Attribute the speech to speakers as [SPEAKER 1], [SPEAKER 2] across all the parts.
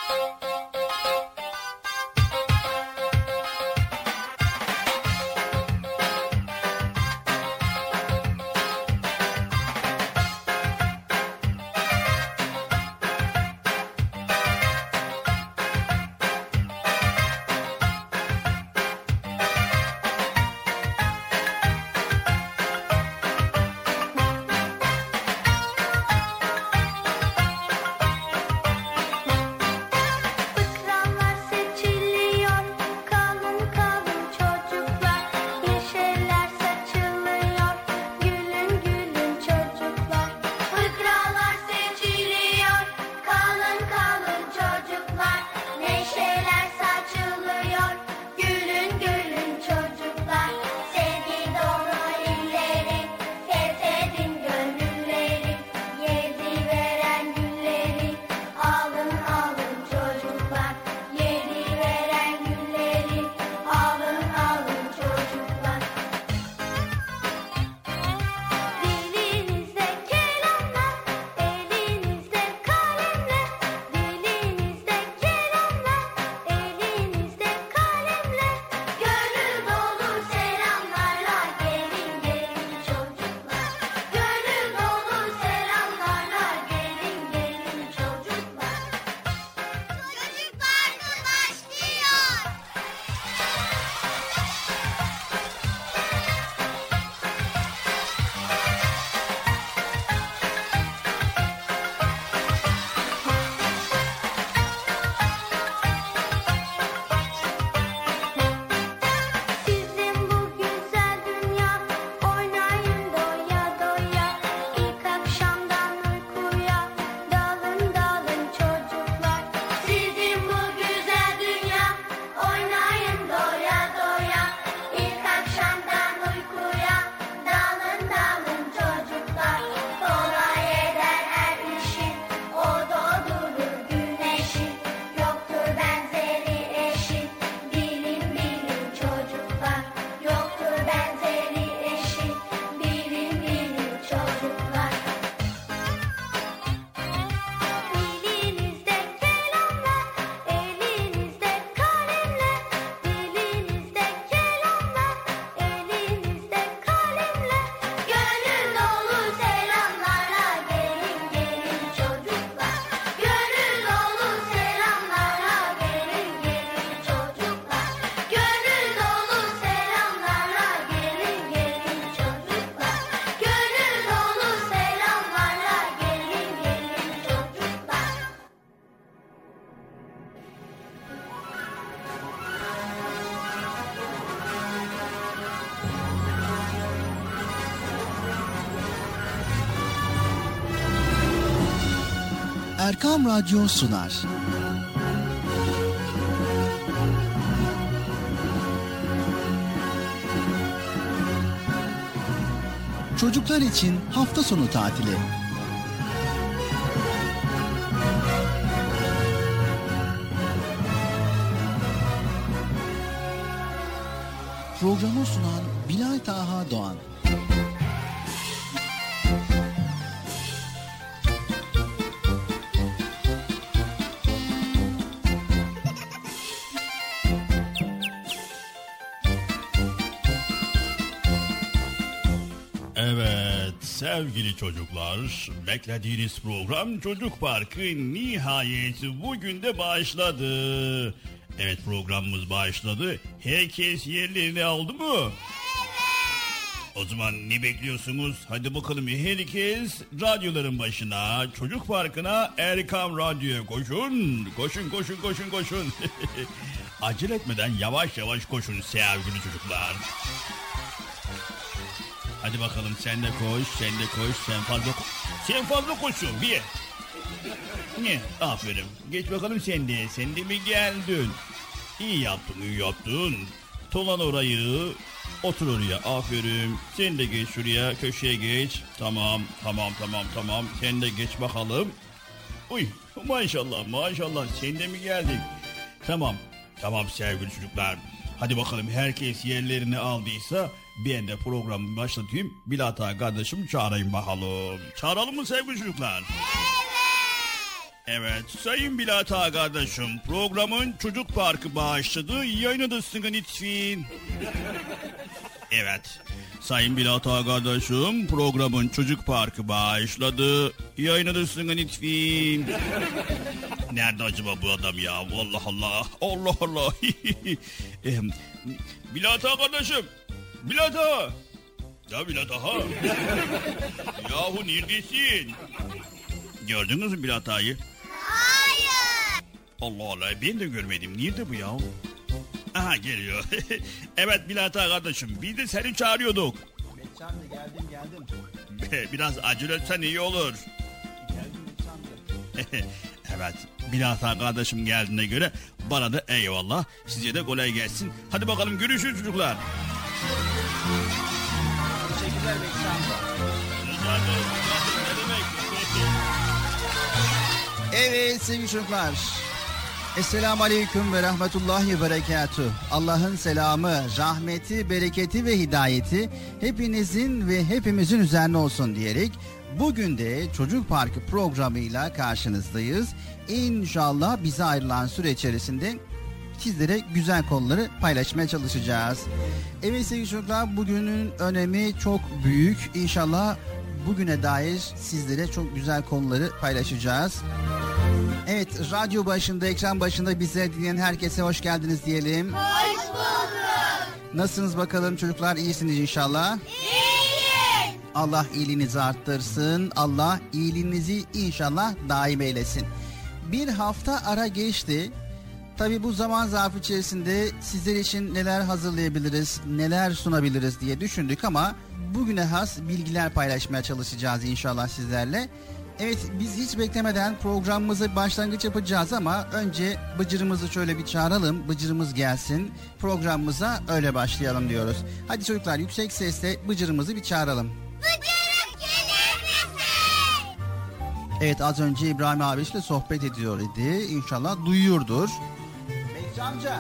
[SPEAKER 1] Erkam Radyo sunar. Çocuklar için hafta sonu tatili. Programı sunan Bilal Taha Doğan.
[SPEAKER 2] Evet sevgili çocuklar, beklediğiniz program Çocuk Parkı nihayet bugün de başladı. Evet, programımız başladı. Herkes yerlerini aldı mı? Evet. O zaman ne bekliyorsunuz? Hadi bakalım herkes radyoların başına, Çocuk Parkı'na, Erkam Radyo'ya koşun. Koşun. Acele etmeden yavaş yavaş koşun sevgili çocuklar. Hadi bakalım sen de koş. Sen fazla koşun bir. Ne? Aferin. Geç bakalım sen de. Sen de mi geldin? İyi yaptın. Dolan orayı. Otur oraya. Aferin. Sen de geç şuraya. Köşeye geç. Tamam. Sen de geç bakalım. Uy. Maşallah. Sen de mi geldin? Tamam sevgili çocuklar. Hadi bakalım herkes yerlerini aldıysa ben de programı başlatayım. Bilal Taha kardeşim çağırayım bakalım. Çağıralım mı sevgili çocuklar? Evet. Evet, Sayın Bilata kardeşim, programın Çocuk Parkı başladı. Yayınladısın lütfen. Evet, Sayın Bilata kardeşim, programın Çocuk Parkı başladı. Yayınladısın lütfen. Nerede acaba bu adam ya? Allah Allah, Allah Allah. Bilata kardeşim, Bilata. Ya Bilata ha. Yahu neredesin? Gördünüz mü Bilata'yı?
[SPEAKER 3] Hayır.
[SPEAKER 2] Allah Allah, ben de görmedim. Nerede bu ya? Aha geliyor. Evet Bilata kardeşim, biz de seni çağırıyorduk.
[SPEAKER 1] Bekçi amca geldim.
[SPEAKER 2] Biraz acele etsen iyi olur.
[SPEAKER 1] Geldim Bekçi amca.
[SPEAKER 2] Evet, Bilata kardeşim geldiğine göre bana da eyvallah. Size de kolay gelsin. Hadi bakalım, görüşürüz çocuklar.
[SPEAKER 1] Teşekkürler Bekçi amca.
[SPEAKER 2] Rica ederim. Ne demek?
[SPEAKER 1] Evet sevgili çocuklar. Esselamu Aleyküm ve Rahmetullahi ve Berekatuhu. Allah'ın selamı, rahmeti, bereketi ve hidayeti hepinizin ve hepimizin üzerine olsun diyerek bugün de Çocuk Parkı programıyla karşınızdayız. İnşallah bize ayrılan süre içerisinde sizlere güzel konuları paylaşmaya çalışacağız. Evet sevgili çocuklar, bugünün önemi çok büyük. İnşallah bugüne dair sizlere çok güzel konuları paylaşacağız. Evet, radyo başında, ekran başında bizi dinleyen herkese hoş geldiniz diyelim.
[SPEAKER 3] Hoş bulduk.
[SPEAKER 1] Nasılsınız bakalım çocuklar, iyisiniz inşallah.
[SPEAKER 3] İyiyiz.
[SPEAKER 1] Allah iyiliğinizi arttırsın. Allah iyiliğinizi inşallah daim eylesin. Bir hafta ara geçti. Tabii bu zaman zarfı içerisinde sizler için neler hazırlayabiliriz, neler sunabiliriz diye düşündük ama bugüne has bilgiler paylaşmaya çalışacağız inşallah sizlerle. Evet, biz hiç beklemeden programımızı başlangıç yapacağız ama önce Bıcır'ımızı şöyle bir çağıralım. Bıcır'ımız gelsin, programımıza öyle başlayalım diyoruz. Hadi çocuklar, yüksek sesle Bıcır'ımızı bir çağıralım.
[SPEAKER 3] Bıcırık gelir misin?
[SPEAKER 1] Evet, az önce İbrahim abiyle sohbet ediyor idi. İnşallah duyuyordur. Bekçi amca.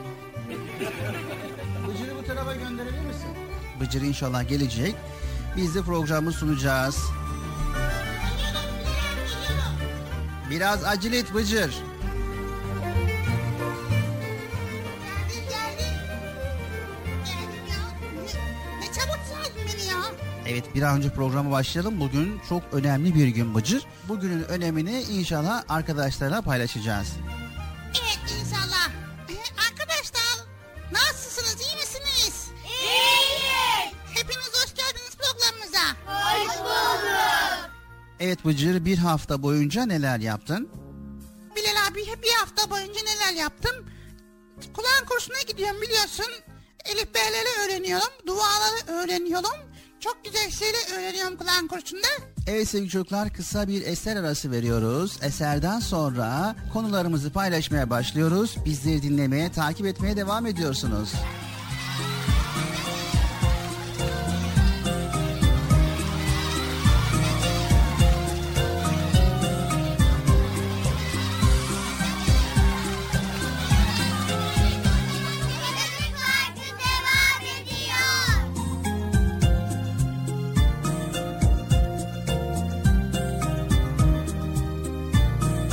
[SPEAKER 1] Bıcır'ı bu tarafa gönderebilir misin? Bıcır inşallah gelecek. Biz de programı sunacağız. Biraz acele et Bıcır.
[SPEAKER 3] Geldim. Geldim ya. Ne çabuk çağırdın beni ya.
[SPEAKER 1] Evet, bir an önce programa başlayalım. Bugün çok önemli bir gün Bıcır. Bugünün önemini inşallah arkadaşlarla paylaşacağız.
[SPEAKER 3] Evet inşallah. Arkadaşlar nasılsınız, iyi misiniz? İyiyiz. Hepiniz hoş geldiniz programımıza. Hoş bulduk.
[SPEAKER 1] Evet Bıcır, bir hafta boyunca neler yaptın?
[SPEAKER 3] Bilal abi bir hafta boyunca neler yaptım? Kur'an kursuna gidiyorum biliyorsun. Elif B'leri öğreniyorum. Duaları öğreniyorum. Çok güzel şeyler öğreniyorum Kur'an kursunda.
[SPEAKER 1] Evet sevgili çocuklar, kısa bir eser arası veriyoruz. Eserden sonra konularımızı paylaşmaya başlıyoruz. Bizleri dinlemeye, takip etmeye devam ediyorsunuz.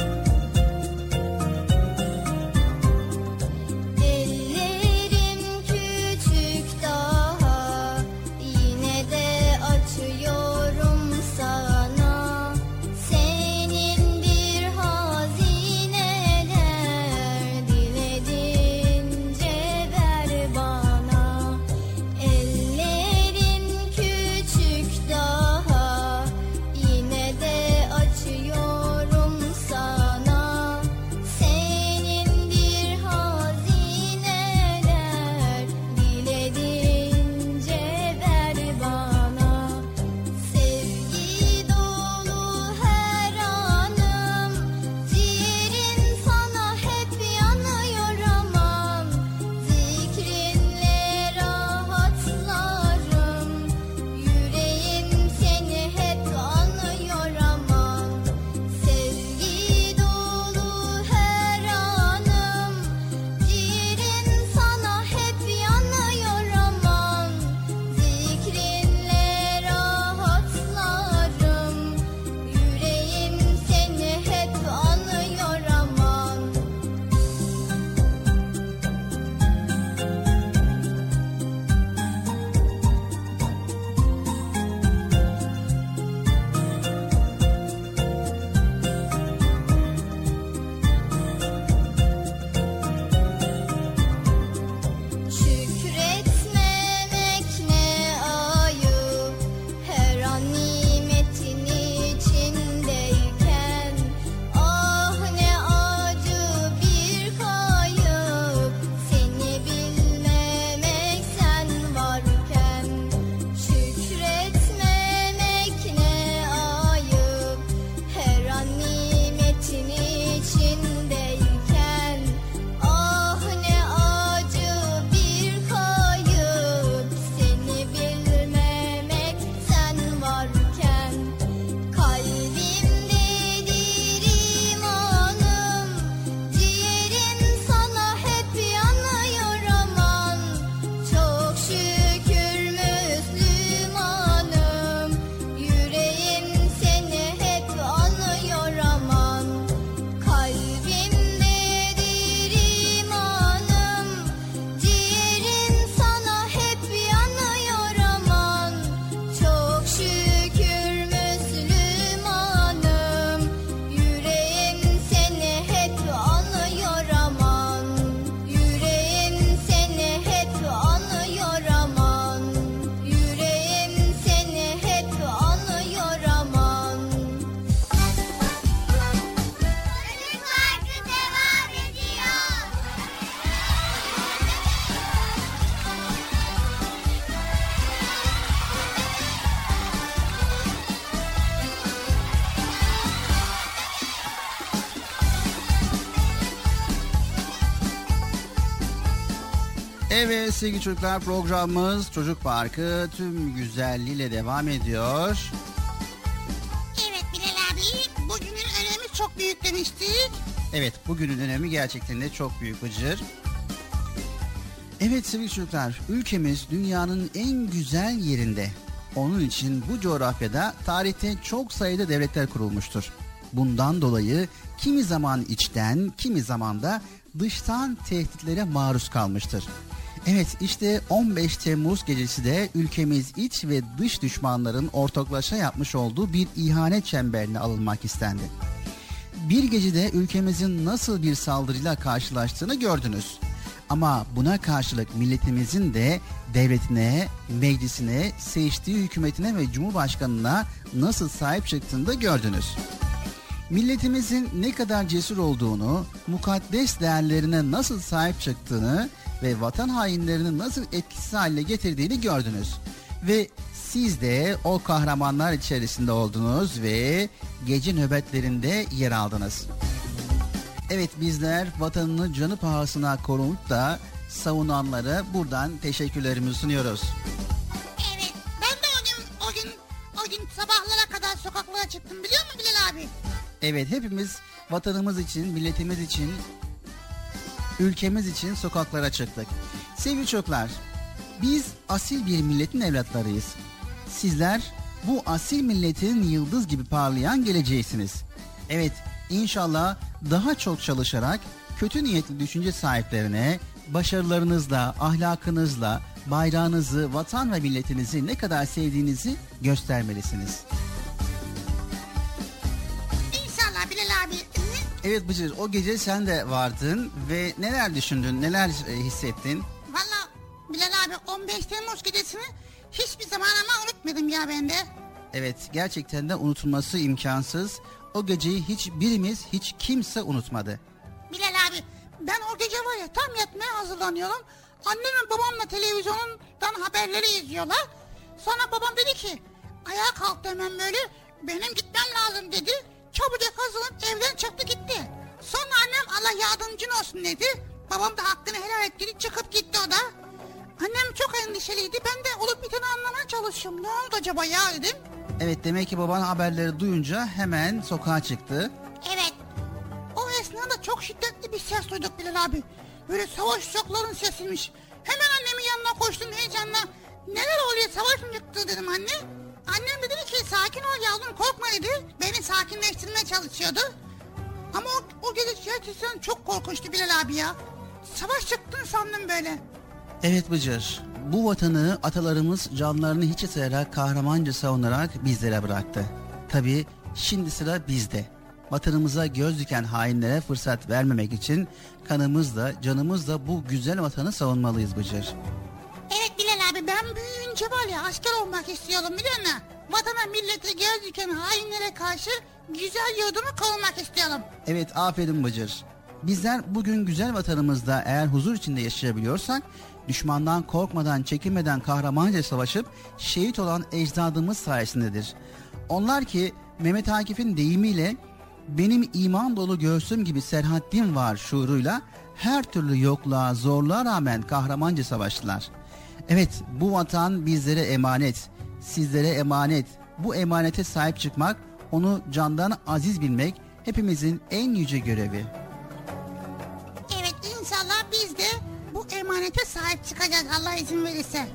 [SPEAKER 3] Ellerim
[SPEAKER 1] Evet sevgili çocuklar, programımız Çocuk Parkı tüm güzelliğiyle devam ediyor.
[SPEAKER 3] Evet Bilal abi, bugünün önemi çok büyük demiştik.
[SPEAKER 1] Evet, bugünün önemi gerçekten de çok büyük Bıcır. Evet sevgili çocuklar, ülkemiz dünyanın en güzel yerinde. Onun için bu coğrafyada tarihte çok sayıda devletler kurulmuştur. Bundan dolayı kimi zaman içten, kimi zaman da dıştan tehditlere maruz kalmıştır. Evet, işte 15 Temmuz gecesi de ülkemiz iç ve dış düşmanların ortaklaşa yapmış olduğu bir ihanet çemberine alınmak istendi. Bir gecede ülkemizin nasıl bir saldırıyla karşılaştığını gördünüz. Ama buna karşılık milletimizin de devletine, meclisine, seçtiği hükümetine ve cumhurbaşkanına nasıl sahip çıktığını da gördünüz. Milletimizin ne kadar cesur olduğunu, mukaddes değerlerine nasıl sahip çıktığını ve vatan hainlerini nasıl etkisiz hale getirdiğini gördünüz. Ve siz de o kahramanlar içerisinde oldunuz ve gece nöbetlerinde yer aldınız. Evet, bizler vatanını canı pahasına korunup da savunanlara buradan teşekkürlerimizi sunuyoruz.
[SPEAKER 3] Evet, ben de o gün sabahlara kadar sokaklara çıktım, biliyor musun Bilal abi?
[SPEAKER 1] Evet, hepimiz vatanımız için, milletimiz için, ülkemiz için sokaklara çıktık. Sevgili çocuklar, biz asil bir milletin evlatlarıyız. Sizler bu asil milletin yıldız gibi parlayan geleceğisiniz. Evet, İnşallah daha çok çalışarak kötü niyetli düşünce sahiplerine başarılarınızla, ahlakınızla bayrağınızı, vatan ve milletinizi ne kadar sevdiğinizi göstermelisiniz.
[SPEAKER 3] İnşallah Bilal abi.
[SPEAKER 1] Evet Bıcır, o gece sen de vardın ve neler düşündün, neler hissettin?
[SPEAKER 3] Valla Bilal abi, 15 Temmuz gecesini hiçbir zaman ama unutmadım ya ben de.
[SPEAKER 1] Evet, gerçekten de unutulması imkansız. O geceyi hiç kimse unutmadı.
[SPEAKER 3] Bilal abi, ben o gece var ya, tam yatmaya hazırlanıyorum. Annemle babamla televizyondan haberleri izliyorlar. Sonra babam dedi ki, ayağa kalktı hemen böyle, benim gitmem lazım dedi. Çabucak hazırlanıp evden çıktı gitti. Sonra annem Allah yardımcın olsun dedi. Babam da hakkını helal etti, çıkıp gitti o da. Annem çok endişeliydi, ben de olup biteni anlamaya çalışıyorum. Ne oldu acaba ya dedim.
[SPEAKER 1] Evet, demek ki baban haberleri duyunca hemen sokağa çıktı.
[SPEAKER 3] Evet. O esnada çok şiddetli bir ses duyduk Bilal abi. Böyle savaş uçaklarının sesiymiş. Hemen annemin yanına koştum heyecanla. Neler oluyor, savaş mı çıktı dedim anne. Annem de dedi ki sakin ol yavrum, korkma dedi. Beni sakinleştirmeye çalışıyordu. Ama o gece gerçekten çok korkunçtu Bilal abi ya. Savaş çıktığını sandım böyle.
[SPEAKER 1] Evet Bıcır, bu vatanı atalarımız canlarını hiçe sayarak kahramanca savunarak bizlere bıraktı. Tabii şimdi sıra bizde. Vatanımıza göz diken hainlere fırsat vermemek için kanımızla, canımızla bu güzel vatanı savunmalıyız Bıcır.
[SPEAKER 3] Evet Bilal abi, ben büyüyünce var ya asker olmak istiyorum biliyor musun? Vatana millete göz diken hainlere karşı güzel yurdumu korumak istiyorum.
[SPEAKER 1] Evet, aferin Bıcır. Bizler bugün güzel vatanımızda eğer huzur içinde yaşayabiliyorsak, düşmandan korkmadan, çekinmeden kahramanca savaşıp şehit olan ecdadımız sayesindedir. Onlar ki Mehmet Akif'in deyimiyle benim iman dolu göğsüm gibi serhaddin var şuuruyla her türlü yokluğa, zorluğa rağmen kahramanca savaştılar. Evet, bu vatan bizlere emanet, sizlere emanet. Bu emanete sahip çıkmak, onu candan aziz bilmek hepimizin en yüce görevi.
[SPEAKER 3] Evet, inşallah biz de bu emanete sahip çıkacağız Allah izin verirse.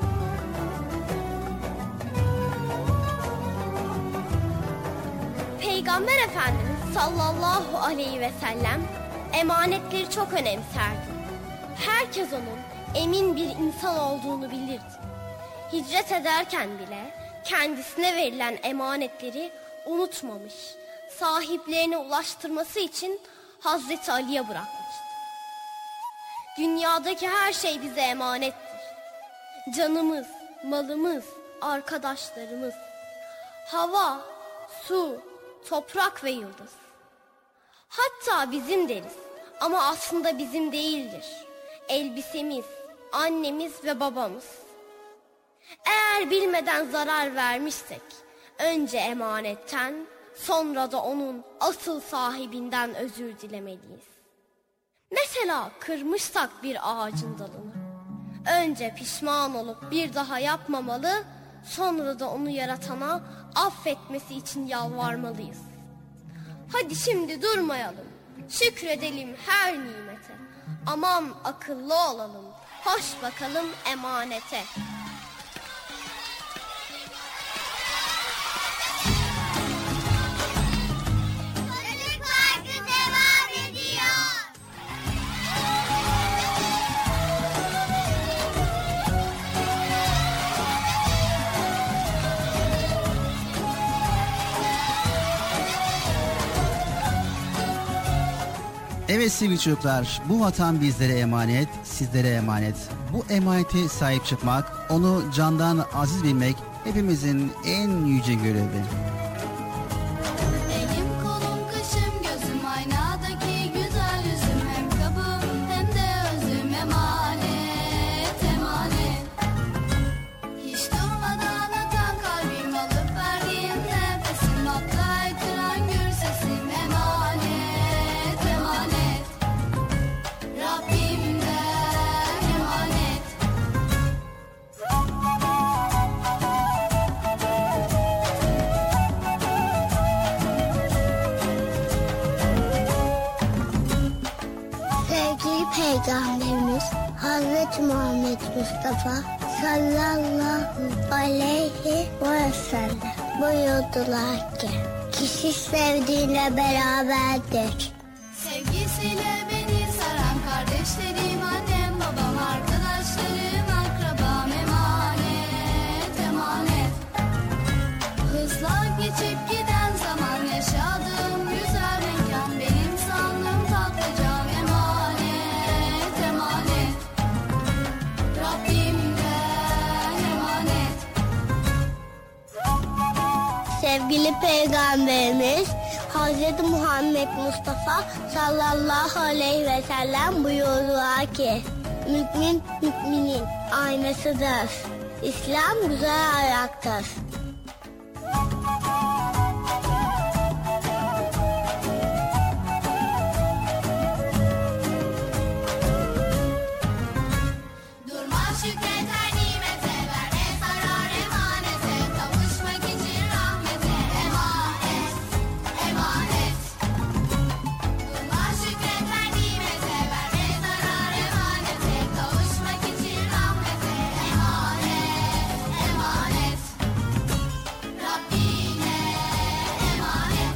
[SPEAKER 4] Peygamber Efendimiz sallallahu aleyhi ve sellem emanetleri çok önemserdi. Herkes onun emin bir insan olduğunu bilirdi. Hicret ederken bile kendisine verilen emanetleri unutmamış, sahiplerine ulaştırması için Hazreti Ali'ye bırakmıştı. Dünyadaki her şey bize emanettir. Canımız, malımız, arkadaşlarımız, hava, su, toprak ve yıldız. Hatta bizim deriz ama aslında bizim değildir. Elbisemiz, annemiz ve babamız. Eğer bilmeden zarar vermişsek, önce emanetten, sonra da onun asıl sahibinden özür dilemeliyiz. Mesela kırmışsak bir ağacın dalını, Önce pişman olup bir daha yapmamalı, sonra da onu yaratana affetmesi için yalvarmalıyız. Hadi şimdi durmayalım, şükredelim her nimete. Aman akıllı olalım, hoş bakalım emanete.
[SPEAKER 5] Çocuk Parkı devam ediyor.
[SPEAKER 1] Evet sevgili çocuklar, bu vatan bizlere emanet, sizlere emanet. Bu emanete sahip çıkmak, onu candan aziz bilmek hepimizin en yüce görevi.
[SPEAKER 5] Elim kolum kaşım gözüm aynadaki güzel yüzüm, hem kabım hem de özüm, emanet emanet. Hiç durmadan atan kalbim, alıp verdiğim nefesim, hatta ekran gür sesim, emanet emanet. Rabbimden emanet.
[SPEAKER 6] Sevgili Peygamberimiz Hazreti Muhammed Mustafa sallallahu aleyhi ve sellem buyurdular ki kişi sevdiğiyle beraberdir.
[SPEAKER 5] Sevgisiyle beni saran kardeşlerim, annem, babam, arkadaşlarım, akrabam, emanet, emanet. Hızla geçip giden zaman, yaşadığım güzel mekan, benim sandığım tatlıcam, emanet, emanet. Rabbimden emanet.
[SPEAKER 6] Sevgili Peygamberimiz Hazreti Muhammed Mustafa sallallahu aleyhi ve sellem buyurdular ki mümin müminin aynasıdır. İslam güzel ayaktır.
[SPEAKER 5] Durmaz şükret her nimete, verme zarar emanete, kavuşmak için rahmete, emanet, emanet. Durmaz şükret her nimete, verme zarar emanete, kavuşmak için rahmete, emanet, emanet. Rabbine emanet.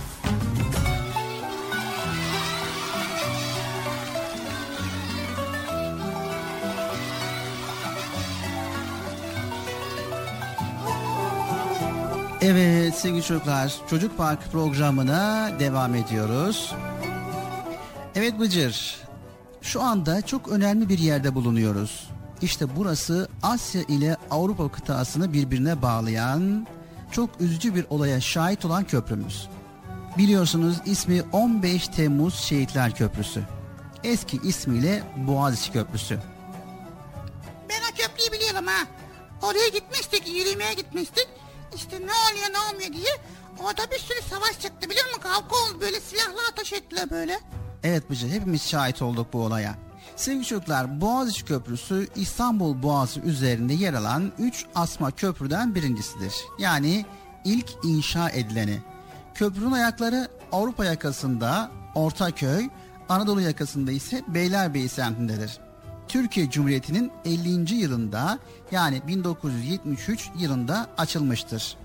[SPEAKER 1] Evet sevgili çocuklar, Çocuk Park programına devam ediyoruz. Evet Bıcır, şu anda çok önemli bir yerde bulunuyoruz. İşte burası Asya ile Avrupa kıtasını birbirine bağlayan çok üzücü bir olaya şahit olan köprümüz. Biliyorsunuz ismi 15 Temmuz Şehitler Köprüsü. Eski ismiyle Boğaziçi Köprüsü.
[SPEAKER 3] Ben o köprüyü biliyorum ha. Oraya gitmiştik, yürümeye gitmiştik. İşte ne oluyor ne olmuyor diye. Orada bir sürü savaş çıktı biliyor musun? Kavga oldu, böyle silahla ateş ettiler böyle.
[SPEAKER 1] Evet Bıcır, hepimiz şahit olduk bu olaya. Sevgili çocuklar, Boğaziçi Köprüsü İstanbul Boğazı üzerinde yer alan 3 asma köprüden birincisidir. Yani ilk inşa edileni. Köprünün ayakları Avrupa yakasında Ortaköy, Anadolu yakasında ise Beylerbeyi semtindedir. Türkiye Cumhuriyeti'nin 50. yılında yani 1973 yılında açılmıştır.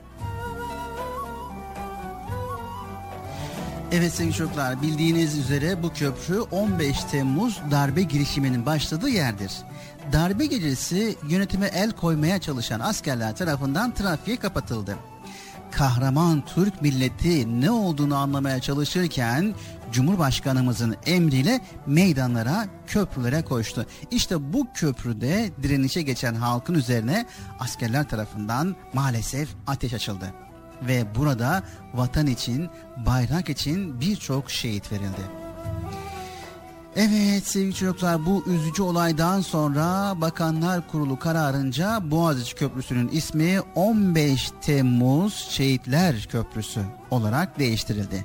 [SPEAKER 1] Evet sevgili çocuklar, bildiğiniz üzere bu köprü 15 Temmuz darbe girişiminin başladığı yerdir. Darbe gecesi yönetime el koymaya çalışan askerler tarafından trafiğe kapatıldı. Kahraman Türk milleti ne olduğunu anlamaya çalışırken Cumhurbaşkanımızın emriyle meydanlara, köprülere koştu. İşte bu köprüde direnişe geçen halkın üzerine askerler tarafından maalesef ateş açıldı. Ve burada vatan için, bayrak için birçok şehit verildi. Evet sevgili çocuklar, bu üzücü olaydan sonra Bakanlar Kurulu kararınca Boğaziçi Köprüsü'nün ismi 15 Temmuz Şehitler Köprüsü olarak değiştirildi.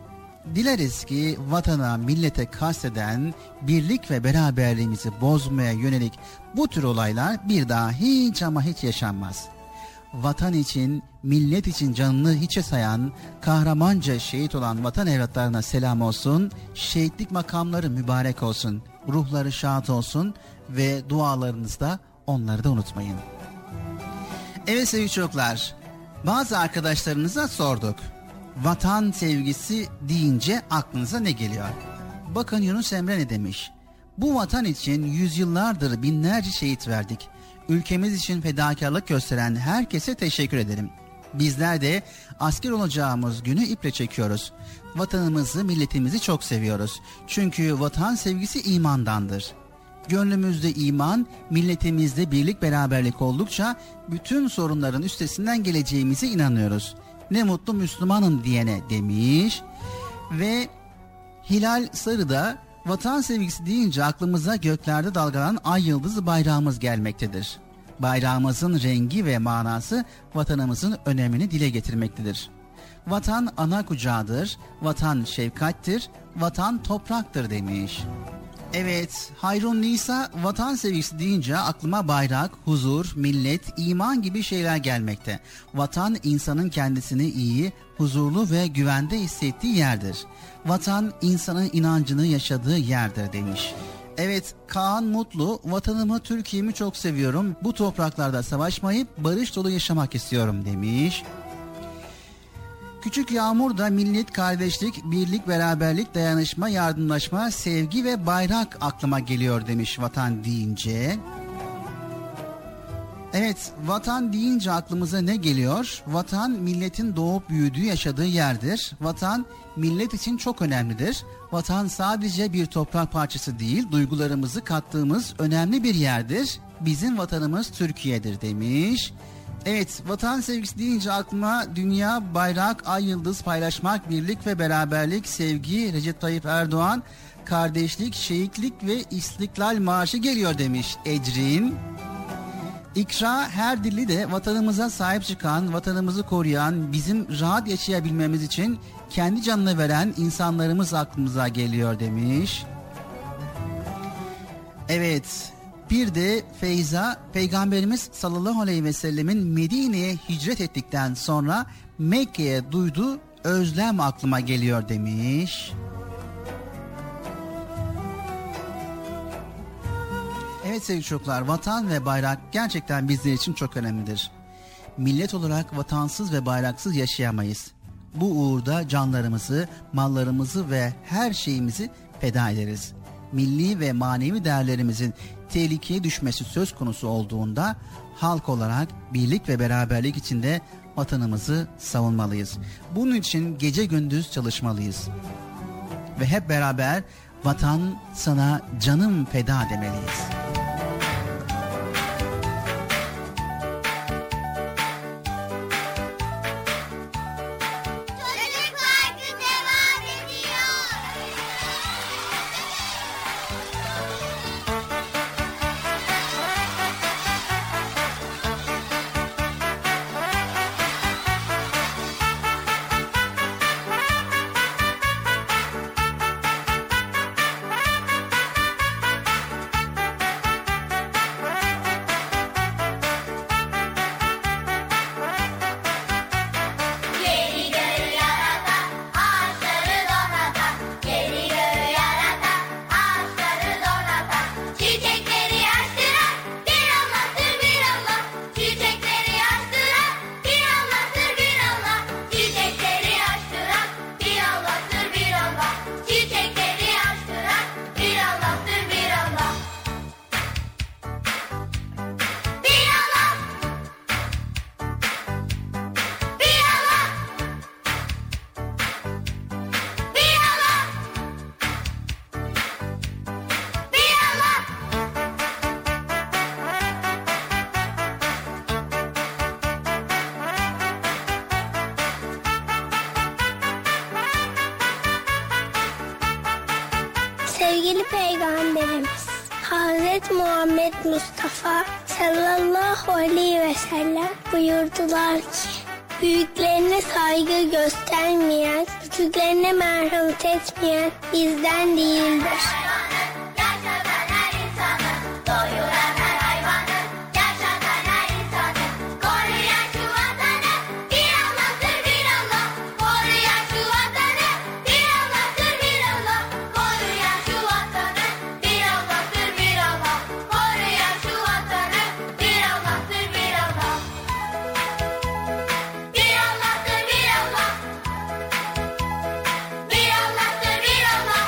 [SPEAKER 1] dileriz ki vatana, millete kasteden, birlik ve beraberliğimizi bozmaya yönelik bu tür olaylar bir daha hiç ama hiç yaşanmaz. Vatan için, millet için canını hiçe sayan, kahramanca şehit olan vatan evlatlarına selam olsun, şehitlik makamları mübarek olsun, ruhları şad olsun ve dualarınızda onları da unutmayın. Evet sevgili çocuklar, bazı arkadaşlarınıza sorduk. Vatan sevgisi deyince aklınıza ne geliyor? Bakın Yunus Emre ne demiş? Bu vatan için yüzyıllardır binlerce şehit verdik. Ülkemiz için fedakarlık gösteren herkese teşekkür ederim. Bizler de asker olacağımız günü iple çekiyoruz. Vatanımızı, milletimizi çok seviyoruz. Çünkü vatan sevgisi imandandır. Gönlümüzde iman, milletimizde birlik beraberlik oldukça bütün sorunların üstesinden geleceğimize inanıyoruz. Ne mutlu Müslümanım diyene demiş. Ve Hilal Sarı da vatan sevgisi deyince aklımıza göklerde dalgalanan ay yıldızı bayrağımız gelmektedir. Bayrağımızın rengi ve manası vatanımızın önemini dile getirmektedir. Vatan ana kucağıdır, vatan şefkattir, vatan topraktır demiş. Evet, Hayrun Nisa vatan sevgisi deyince aklıma bayrak, huzur, millet, iman gibi şeyler gelmekte. Vatan insanın kendisini iyi, huzurlu ve güvende hissettiği yerdir. Vatan insanın inancını yaşadığı yerdir demiş. Evet, Kaan Mutlu, vatanımı, Türkiye'mi çok seviyorum. Bu topraklarda savaşmayıp barış dolu yaşamak istiyorum demiş. Küçük Yağmur da millet, kardeşlik, birlik, beraberlik, dayanışma, yardımlaşma, sevgi ve bayrak aklıma geliyor demiş vatan deyince. Evet, vatan deyince aklımıza ne geliyor? Vatan milletin doğup büyüdüğü, yaşadığı yerdir. Vatan millet için çok önemlidir. Vatan sadece bir toprak parçası değil, duygularımızı kattığımız önemli bir yerdir. Bizim vatanımız Türkiye'dir demiş. Evet, vatan sevgisi deyince aklıma dünya, bayrak, ay yıldız, paylaşmak, birlik ve beraberlik, sevgi, Recep Tayyip Erdoğan, kardeşlik, şehitlik ve istiklal marşı geliyor demiş Ecrin. İkra her dilli de vatanımıza sahip çıkan, vatanımızı koruyan, bizim rahat yaşayabilmemiz için kendi canını veren insanlarımız aklımıza geliyor demiş. Evet, bir de Feyza, Peygamberimiz sallallahu aleyhi ve sellemin Medine'ye hicret ettikten sonra Mekke'ye duyduğu özlem aklıma geliyor demiş. Evet sevgili çocuklar, vatan ve bayrak gerçekten bizler için çok önemlidir. Millet olarak vatansız ve bayraksız yaşayamayız. Bu uğurda canlarımızı, mallarımızı ve her şeyimizi feda ederiz. Milli ve manevi değerlerimizin tehlikeye düşmesi söz konusu olduğunda halk olarak birlik ve beraberlik içinde vatanımızı savunmalıyız. Bunun için gece gündüz çalışmalıyız. Ve hep beraber vatan sana canım feda demeliyiz.
[SPEAKER 6] Sevgili Peygamberimiz Hazreti Muhammed Mustafa sallallahu aleyhi ve sellem buyurdular ki büyüklerine saygı göstermeyen, küçüklerine merhamet etmeyen bizden değildir.
[SPEAKER 5] Yaşatan her insanı, doyuran her hayvanı, yaşatan her insanı, koruyan şu vatanı, bir Allah'tır bir Allah. Koruyan şu vatanı, bir Allah'tır bir Allah. Koruyan şu vatanı, bir Allah'tır bir Allah. Koruyan şu vatanı, bir Allah'tır bir Allah. Bir Allah'tır bir Allah. Bir Allah'tır bir Allah.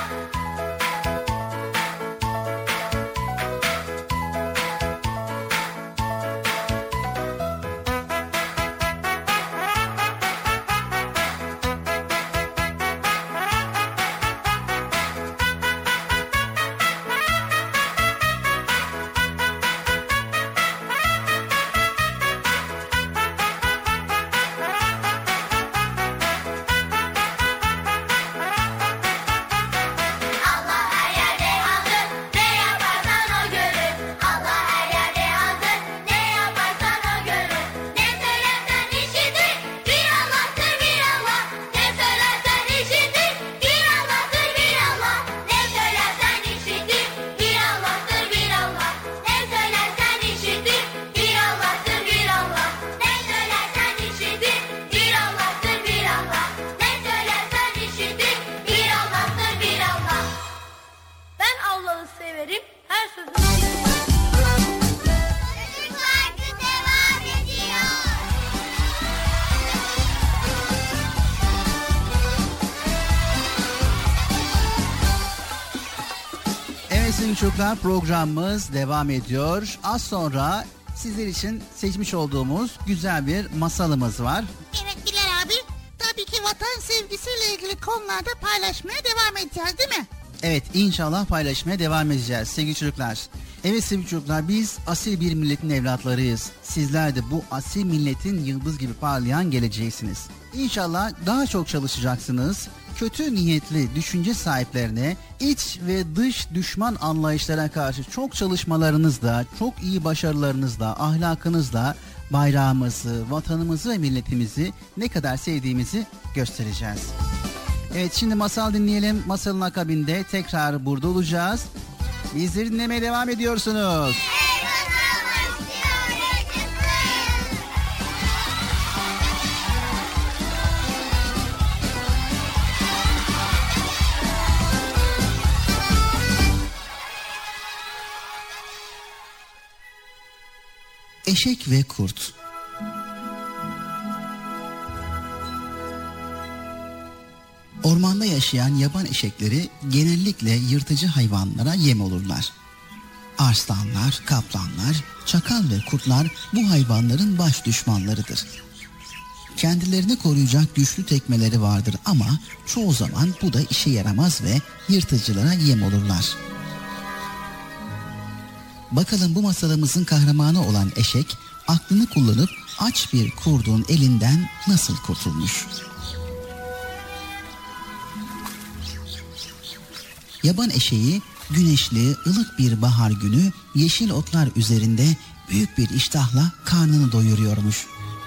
[SPEAKER 5] Allah her yerde hazır, ne yaparsan o görür. Allah her yerde hazır, ne yaparsan o görür. Ne söylersen işitir, bir Allah'tır bir Allah. Ne söylersen işitir, bir Allah'tır bir Allah. Ne söylersen işitir, bir Allah'tır bir Allah. Ne söylersen işitir, bir Allah'tır bir Allah. Ne söylersen işitir, bir Allah'tır bir Allah. Ne söylersen işitir, bir Allah'tır bir Allah.
[SPEAKER 7] Ben Allah'ı severim, her sözünü
[SPEAKER 5] Çocuk Parkı devam ediyor.
[SPEAKER 1] Evet sevgili çocuklar, programımız devam ediyor. Az sonra sizler için seçmiş olduğumuz güzel bir masalımız var.
[SPEAKER 3] Evet Bilal abi. Tabii ki vatan sevgisiyle ilgili konularda paylaşmaya devam edeceğiz değil mi?
[SPEAKER 1] Evet, inşallah paylaşmaya devam edeceğiz sevgili çocuklar. Evet sevgili çocuklar, biz asil bir milletin evlatlarıyız. Sizler de bu asil milletin yıldız gibi parlayan geleceğisiniz. İnşallah daha çok çalışacaksınız. Kötü niyetli düşünce sahiplerine, iç ve dış düşman anlayışlara karşı çok çalışmalarınızla, çok iyi başarılarınızla, ahlakınızla bayrağımızı, vatanımızı ve milletimizi ne kadar sevdiğimizi göstereceğiz. Evet, şimdi masal dinleyelim. Masalın akabinde tekrar burada olacağız. Bizleri dinlemeye devam ediyorsunuz. Eşek ve kurt. Ormanda yaşayan yaban eşekleri genellikle yırtıcı hayvanlara yem olurlar. Arslanlar, kaplanlar, çakal ve kurtlar bu hayvanların baş düşmanlarıdır. Kendilerini koruyacak güçlü tekmeleri vardır ama çoğu zaman bu da işe yaramaz ve yırtıcılara yem olurlar. Bakalım bu masalımızın kahramanı olan eşek aklını kullanıp aç bir kurdun elinden nasıl kurtulmuş? Yaban eşeği güneşli, ılık bir bahar günü yeşil otlar üzerinde büyük bir iştahla karnını doyuruyormuş.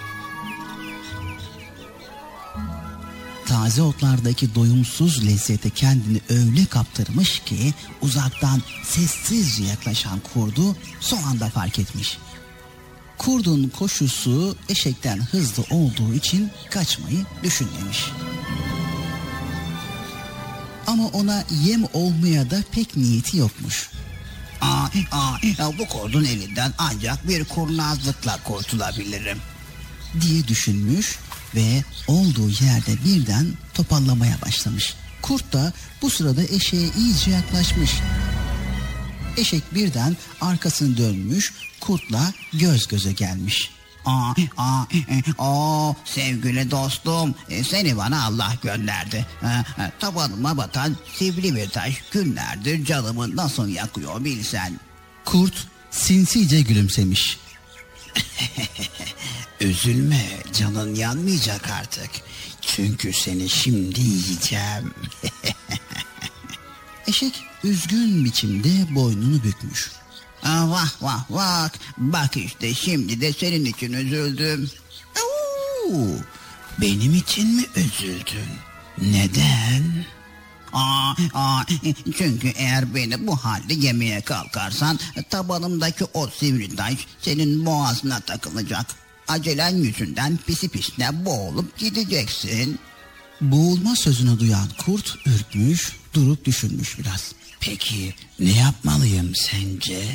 [SPEAKER 1] Taze otlardaki doyumsuz lezzete kendini öyle kaptırmış ki uzaktan sessizce yaklaşan kurdu son anda fark etmiş. Kurdun koşusu eşekten hızlı olduğu için kaçmayı düşünmemiş. Ama ona yem olmaya da pek niyeti yokmuş.
[SPEAKER 8] Bu kurdun elinden ancak bir kurnazlıkla kurtulabilirim
[SPEAKER 1] diye düşünmüş ve olduğu yerde birden topallamaya başlamış. Kurt da bu sırada eşeğe iyice yaklaşmış. Eşek birden arkasını dönmüş, kurtla göz göze gelmiş.
[SPEAKER 8] Sevgili dostum, seni bana Allah gönderdi. Tabanıma batan sivri bir taş günlerdir canımı nasıl yakıyor bilsen.
[SPEAKER 1] Kurt sinsice gülümsemiş.
[SPEAKER 8] Üzülme, canın yanmayacak artık. Çünkü seni şimdi yiyeceğim.
[SPEAKER 1] Eşek üzgün biçimde boynunu bükmüş.
[SPEAKER 8] Vah vah vah, bak işte şimdi de senin için üzüldüm. Benim için mi üzüldün? Neden? Çünkü eğer beni bu halde yemeye kalkarsan tabanımdaki o sivri taş senin boğazına takılacak. Acelen yüzünden pisi pisine boğulup gideceksin.
[SPEAKER 1] Boğulma sözünü duyan kurt ürkmüş, durup düşünmüş biraz.
[SPEAKER 8] Peki ne yapmalıyım sence?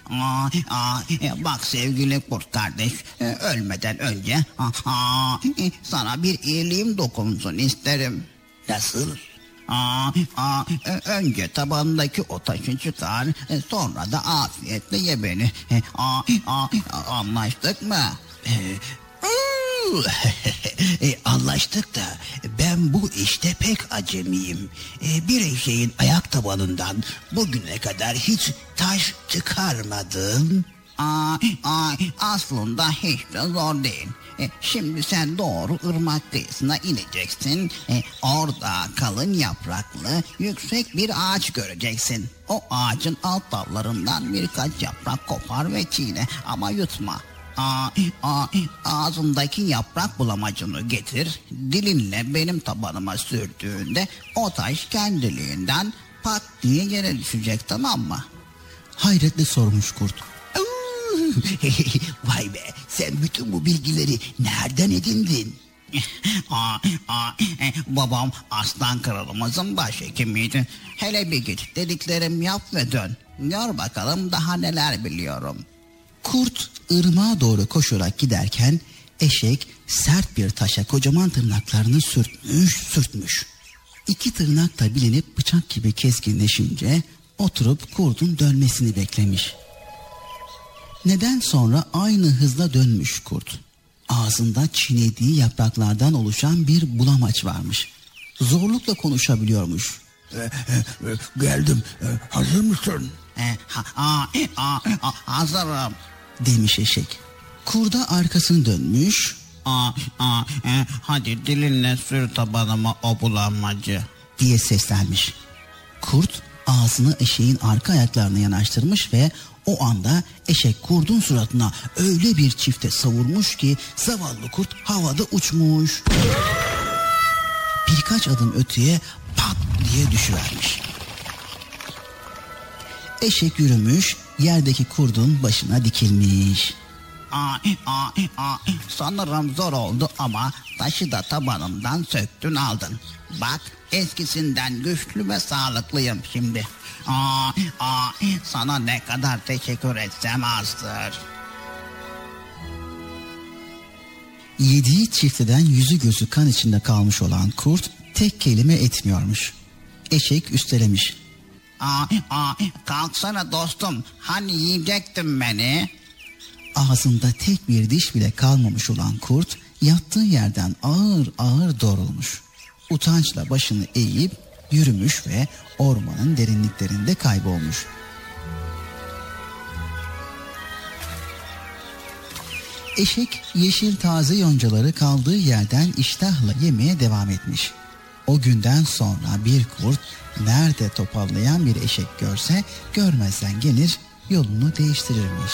[SPEAKER 8] Bak sevgili kurt kardeş, ölmeden önce sana bir iyiliğim dokunsun isterim. Nasıl? Önce tabandaki o taşı çıkar, sonra da afiyetle ye beni. Anlaştık mı? Anlaştık da ben bu işte pek acemiyim. Bir eşeğin ayak tabanından bugüne kadar hiç taş çıkarmadım. Aslında hiç de zor değil. Şimdi sen doğru ırmak kıyısına ineceksin. Orada kalın yapraklı yüksek bir ağaç göreceksin. O ağacın alt dallarından birkaç yaprak kopar ve çiğne ama yutma. Ağzındaki yaprak bulamacını getir, dilinle benim tabanıma sürdüğünde o taş kendiliğinden pat diye yere düşecek, tamam mı?
[SPEAKER 1] Hayretle sormuş kurt.
[SPEAKER 8] Vay be, sen bütün bu bilgileri nereden edindin? Babam aslan kralımızın başhekimiydi. Hele bir git, dediklerim yap ve dön. Gör bakalım daha neler biliyorum.
[SPEAKER 1] Kurt ırmağa doğru koşarak giderken eşek sert bir taşa kocaman tırnaklarını sürtmüş. İki tırnak da bilinip bıçak gibi keskinleşince oturup kurdun dönmesini beklemiş. Neden sonra aynı hızla dönmüş kurt. Ağzında çiğnediği yapraklardan oluşan bir bulamaç varmış. Zorlukla konuşabiliyormuş.
[SPEAKER 8] Geldim, hazır mısın? Hazırım
[SPEAKER 1] demiş eşek. Kurda arkasını dönmüş.
[SPEAKER 8] Hadi dilinle sür tabanıma o bulanmacı
[SPEAKER 1] diye seslenmiş. Kurt ağzını eşeğin arka ayaklarına yanaştırmış ve o anda eşek kurdun suratına öyle bir çifte savurmuş ki zavallı kurt havada uçmuş. Birkaç adım öteye pat diye düşüvermiş. Eşek yürümüş, yerdeki kurdun başına dikilmiş.
[SPEAKER 8] Sanırım zor oldu ama taşı da tabanımdan söktün aldın. Bak, eskisinden güçlü ve sağlıklıyım şimdi. Sana ne kadar teşekkür etsem azdır.
[SPEAKER 1] Yediği çifteden yüzü gözü kan içinde kalmış olan kurt tek kelime etmiyormuş. Eşek üstelemiş.
[SPEAKER 8] Kalksana dostum, hani yiyecektin beni?
[SPEAKER 1] Ağzında tek bir diş bile kalmamış olan kurt yattığı yerden ağır ağır doğrulmuş. Utançla başını eğip yürümüş ve ormanın derinliklerinde kaybolmuş. Eşek yeşil taze yoncaları kaldığı yerden iştahla yemeye devam etmiş. O günden sonra bir kurt nerede topallayan bir eşek görse görmezden gelir, yolunu değiştirirmiş.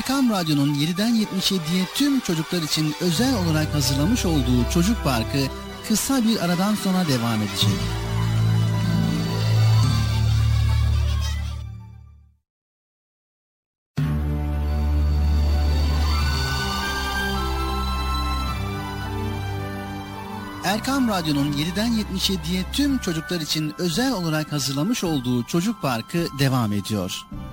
[SPEAKER 1] Erkam Radyo'nun 7'den 77'ye tüm çocuklar için özel olarak hazırlamış olduğu Çocuk Parkı kısa bir aradan sonra devam edecek. Erkam Radyo'nun 7'den 77'ye tüm çocuklar için özel olarak hazırlamış olduğu Çocuk Parkı devam ediyor.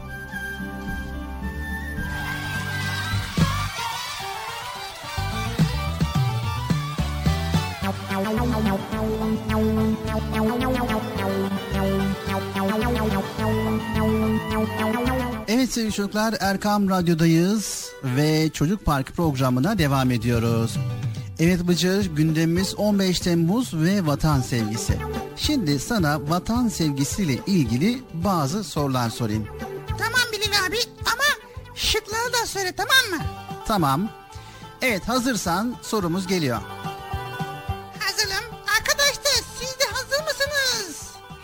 [SPEAKER 1] Evet sevgili çocuklar, Erkam Radyo'dayız ve Çocuk Parkı programına devam ediyoruz. Evet Bıcır, gündemimiz 15 Temmuz ve vatan sevgisi. Şimdi sana vatan sevgisiyle ilgili bazı sorular sorayım.
[SPEAKER 3] Tamam Bilal abi ama şıkları da söyle, tamam mı?
[SPEAKER 1] Tamam. Evet, hazırsan sorumuz geliyor.
[SPEAKER 3] Hazırım. Arkadaşlar siz de hazır mısınız?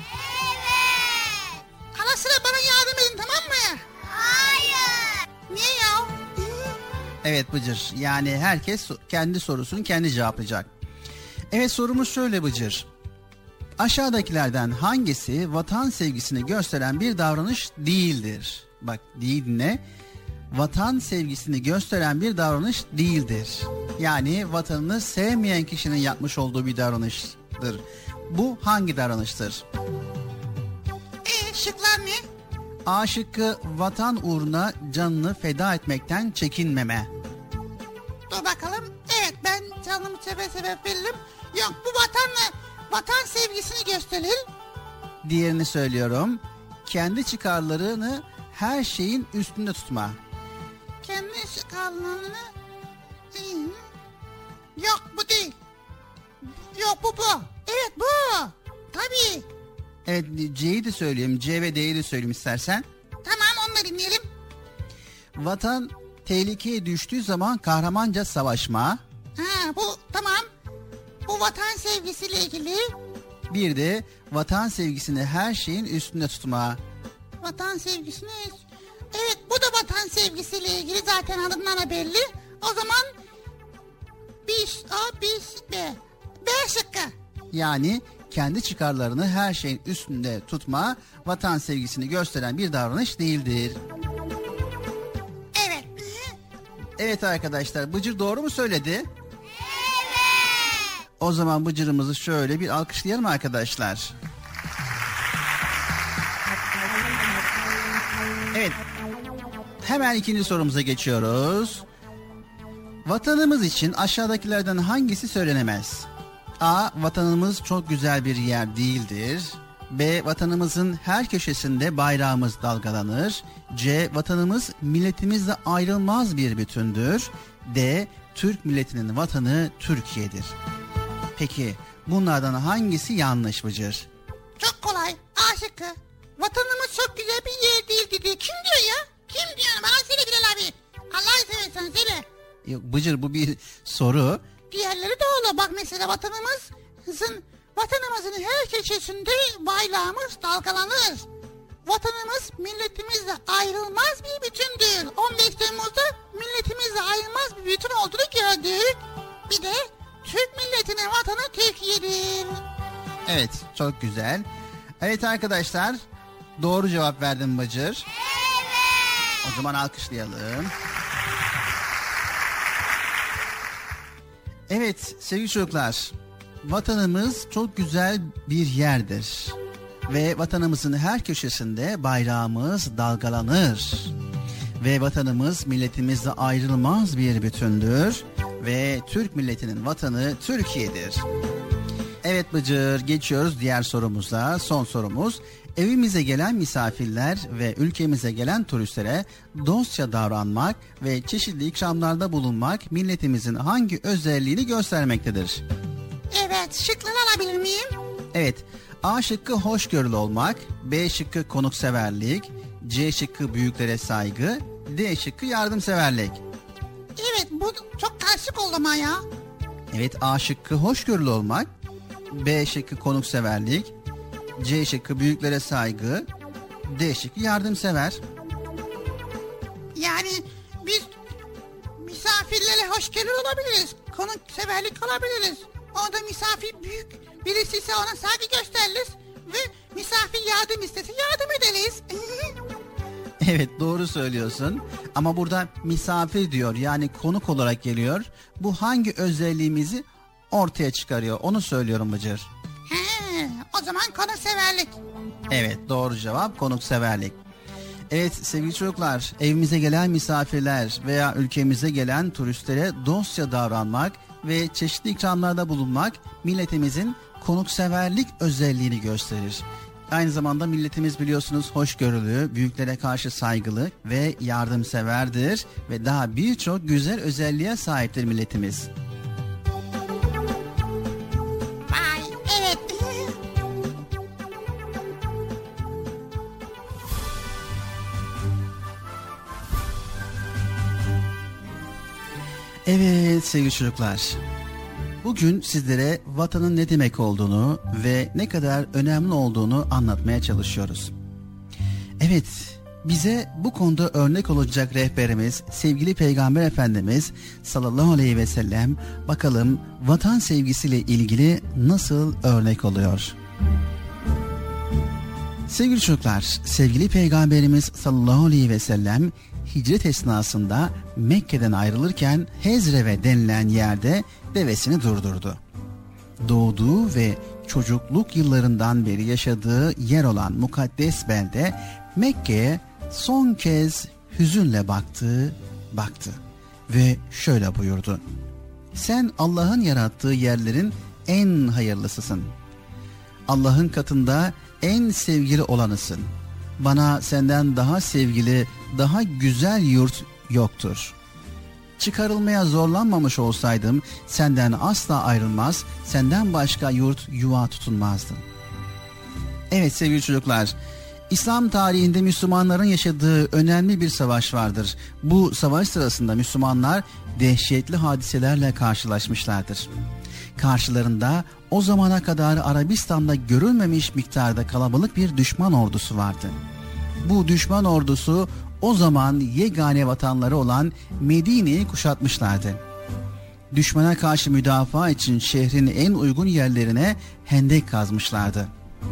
[SPEAKER 3] Evet. Ara sıra bana yardım edin, tamam mı? Hayır. Niye ya?
[SPEAKER 1] Evet Bıcır, yani herkes kendi sorusunu kendi cevaplayacak. Evet, sorumuz şöyle Bıcır. Aşağıdakilerden hangisi vatan sevgisini gösteren bir davranış değildir? Bak, değil ne? Vatan sevgisini gösteren bir davranış değildir. Yani vatanını sevmeyen kişinin yapmış olduğu bir davranıştır. Bu hangi davranıştır?
[SPEAKER 3] Şıklar ne?
[SPEAKER 1] A şıkkı, vatan uğruna canını feda etmekten çekinmeme.
[SPEAKER 3] Dur bakalım. Evet, ben canımı seve seve veririm. Yok, bu vatan sevgisini gösterir.
[SPEAKER 1] Diğerini söylüyorum. Kendi çıkarlarını her şeyin üstünde tutma.
[SPEAKER 3] Kendi çıkarlarını... Yok, bu değil. Yok, bu. Evet, bu. Tabii.
[SPEAKER 1] Evet, C'yi de söyleyeyim. C ve D'yi de söyleyeyim istersen.
[SPEAKER 3] Tamam, onu da dinleyelim.
[SPEAKER 1] Vatan tehlikeye düştüğü zaman kahramanca savaşma.
[SPEAKER 3] Ha, bu tamam. Bu vatan sevgisiyle ilgili.
[SPEAKER 1] Bir de vatan sevgisini her şeyin üstünde tutma.
[SPEAKER 3] Vatan sevgisini... Evet, bu da vatan sevgisiyle ilgili, zaten adından da belli. O zaman B. B şıkkı.
[SPEAKER 1] Yani kendi çıkarlarını her şeyin üstünde tutma, vatan sevgisini gösteren bir davranış değildir.
[SPEAKER 3] Evet.
[SPEAKER 1] Evet arkadaşlar, Bıcır doğru mu söyledi? Evet. O zaman Bıcır'ımızı şöyle bir alkışlayalım arkadaşlar. Evet. Hemen ikinci sorumuza geçiyoruz. Vatanımız için aşağıdakilerden hangisi söylenemez? A. Vatanımız çok güzel bir yer değildir. B. Vatanımızın her köşesinde bayrağımız dalgalanır. C. Vatanımız milletimizle ayrılmaz bir bütündür. D. Türk milletinin vatanı Türkiye'dir. Peki bunlardan hangisi yanlış Bıcır?
[SPEAKER 3] Çok kolay. A şıkkı. Vatanımız çok güzel bir yer değil dedi. Kim diyor ya? Kim diyor? Bana söyle Bilal abi. Allah'ı seversen söyle.
[SPEAKER 1] Yok Bıcır, bu bir soru.
[SPEAKER 3] Diğerleri de olur. Bak mesela vatanımızın her köşesinde bayrağımız dalgalanır. Vatanımız milletimizle ayrılmaz bir bütündür. 15 Temmuz'da milletimizle ayrılmaz bir bütün olduğunu gördük. Bir de Türk milletinin vatanı Türkiye'dir.
[SPEAKER 1] Evet, çok güzel. Evet arkadaşlar, doğru cevap verdin Bıcır. Evet. O zaman alkışlayalım. Evet sevgili çocuklar, vatanımız çok güzel bir yerdir. Ve vatanımızın her köşesinde bayrağımız dalgalanır. Ve vatanımız milletimizle ayrılmaz bir bütündür. Ve Türk milletinin vatanı Türkiye'dir. Evet Bıcır, geçiyoruz diğer sorumuza. Son sorumuz. Evimize gelen misafirler ve ülkemize gelen turistlere dostça davranmak ve çeşitli ikramlarda bulunmak milletimizin hangi özelliğini göstermektedir?
[SPEAKER 3] Evet, şıkları alabilir miyim?
[SPEAKER 1] Evet, A şıkkı hoşgörülü olmak, B şıkkı konukseverlik, C şıkkı büyüklere saygı, D şıkkı yardımseverlik.
[SPEAKER 3] Evet, bu çok karışık oldu ama ya.
[SPEAKER 1] Evet, A şıkkı hoşgörülü olmak, B şıkkı konukseverlik, C şıkkı büyüklere saygı, D şıkkı yardımsever.
[SPEAKER 3] Yani biz misafirlere hoş gelir olabiliriz. Konukseverlik olabiliriz. Orada misafir büyük birisi ise ona saygı gösteririz. Ve misafir yardım istese yardım ederiz.
[SPEAKER 1] Evet, doğru söylüyorsun. Ama burada misafir diyor, yani konuk olarak geliyor. Bu hangi özelliğimizi ortaya çıkarıyor, onu söylüyorum Bıcır.
[SPEAKER 3] He, o zaman konukseverlik.
[SPEAKER 1] Evet, doğru cevap konukseverlik. Evet sevgili çocuklar, evimize gelen misafirler veya ülkemize gelen turistlere dostça davranmak ve çeşitli ikramlarda bulunmak milletimizin konukseverlik özelliğini gösterir. Aynı zamanda milletimiz biliyorsunuz hoşgörülü, büyüklere karşı saygılı ve yardımseverdir ve daha birçok güzel özelliğe sahiptir milletimiz.
[SPEAKER 3] Vay, evet.
[SPEAKER 1] Evet sevgili çocuklar, bugün sizlere vatanın ne demek olduğunu ve ne kadar önemli olduğunu anlatmaya çalışıyoruz. Evet, bize bu konuda örnek olacak rehberimiz sevgili Peygamber Efendimiz sallallahu aleyhi ve sellem bakalım vatan sevgisiyle ilgili nasıl örnek oluyor. Sevgili çocuklar, sevgili Peygamberimiz sallallahu aleyhi ve sellem hicret esnasında Mekke'den ayrılırken Hezreve denilen yerde devesini durdurdu. Doğduğu ve çocukluk yıllarından beri yaşadığı yer olan mukaddes belde Mekke'ye son kez hüzünle baktı ve şöyle buyurdu: "Sen Allah'ın yarattığı yerlerin en hayırlısısın. Allah'ın katında en sevgili olanısın. Bana senden daha sevgili, daha güzel yurt yoktur. Çıkarılmaya zorlanmamış olsaydım senden asla ayrılmaz, senden başka yurt yuva tutunmazdı." Evet sevgili çocuklar, İslam tarihinde Müslümanların yaşadığı önemli bir savaş vardır. Bu savaş sırasında Müslümanlar dehşetli hadiselerle karşılaşmışlardır. Karşılarında o zamana kadar Arabistan'da görülmemiş miktarda kalabalık bir düşman ordusu vardı. Bu düşman ordusu o zaman yegane vatanları olan Medine'yi kuşatmışlardı. Düşmana karşı müdafaa için şehrin en uygun yerlerine hendek kazmışlardı.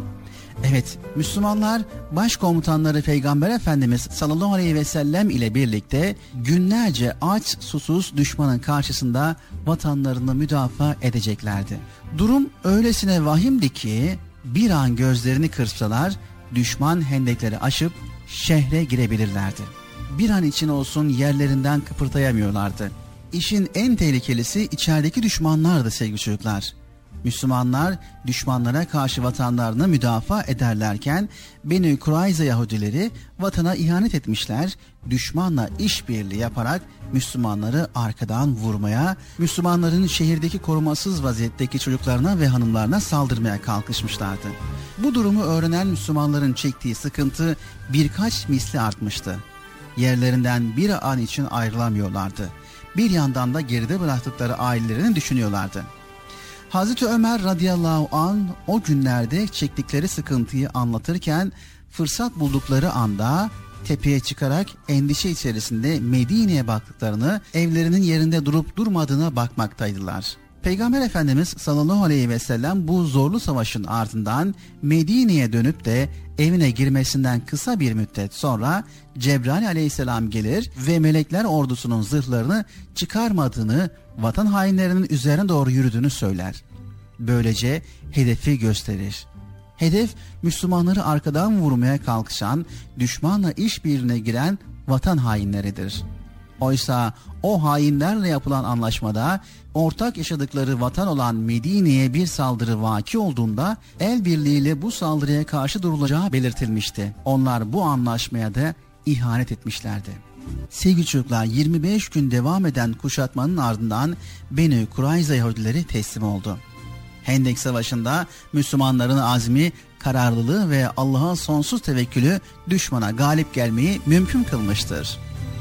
[SPEAKER 1] Evet, Müslümanlar başkomutanları Peygamber Efendimiz sallallahu aleyhi ve sellem ile birlikte günlerce aç susuz düşmanın karşısında vatanlarını müdafaa edeceklerdi. Durum öylesine vahimdi ki bir an gözlerini kırpsalar düşman hendekleri aşıp şehre girebilirlerdi. Bir an için olsun yerlerinden kıpırdayamıyorlardı. İşin en tehlikelisi içerideki düşmanlardı sevgili çocuklar. Müslümanlar düşmanlara karşı vatanlarını müdafaa ederlerken Beni Kurayza Yahudileri vatana ihanet etmişler, düşmanla işbirliği yaparak Müslümanları arkadan vurmaya, Müslümanların şehirdeki korumasız vaziyetteki çocuklarına ve hanımlarına saldırmaya kalkışmışlardı. Bu durumu öğrenen Müslümanların çektiği sıkıntı birkaç misli artmıştı. Yerlerinden bir an için ayrılamıyorlardı. Bir yandan da geride bıraktıkları ailelerini düşünüyorlardı. Hazreti Ömer radıyallahu anh o günlerde çektikleri sıkıntıyı anlatırken fırsat buldukları anda tepeye çıkarak endişe içerisinde Medine'ye baktıklarını, evlerinin yerinde durup durmadığına bakmaktaydılar. Peygamber Efendimiz sallallahu aleyhi ve sellem bu zorlu savaşın ardından Medine'ye dönüp de evine girmesinden kısa bir müddet sonra Cebrail aleyhisselam gelir ve melekler ordusunun zırhlarını çıkarmadığını, vatan hainlerinin üzerine doğru yürüdüğünü söyler. Böylece hedefi gösterir. Hedef Müslümanları arkadan vurmaya kalkışan, düşmanla işbirliğine giren vatan hainleridir. Oysa o hainlerle yapılan anlaşmada ortak yaşadıkları vatan olan Medine'ye bir saldırı vaki olduğunda el birliğiyle bu saldırıya karşı durulacağı belirtilmişti. Onlar bu anlaşmaya da ihanet etmişlerdi. Sevgili çocuklar, 25 gün devam eden kuşatmanın ardından Beni Kurayza Yahudileri teslim oldu. Hendek Savaşı'nda Müslümanların azmi, kararlılığı ve Allah'a sonsuz tevekkülü düşmana galip gelmeyi mümkün kılmıştır.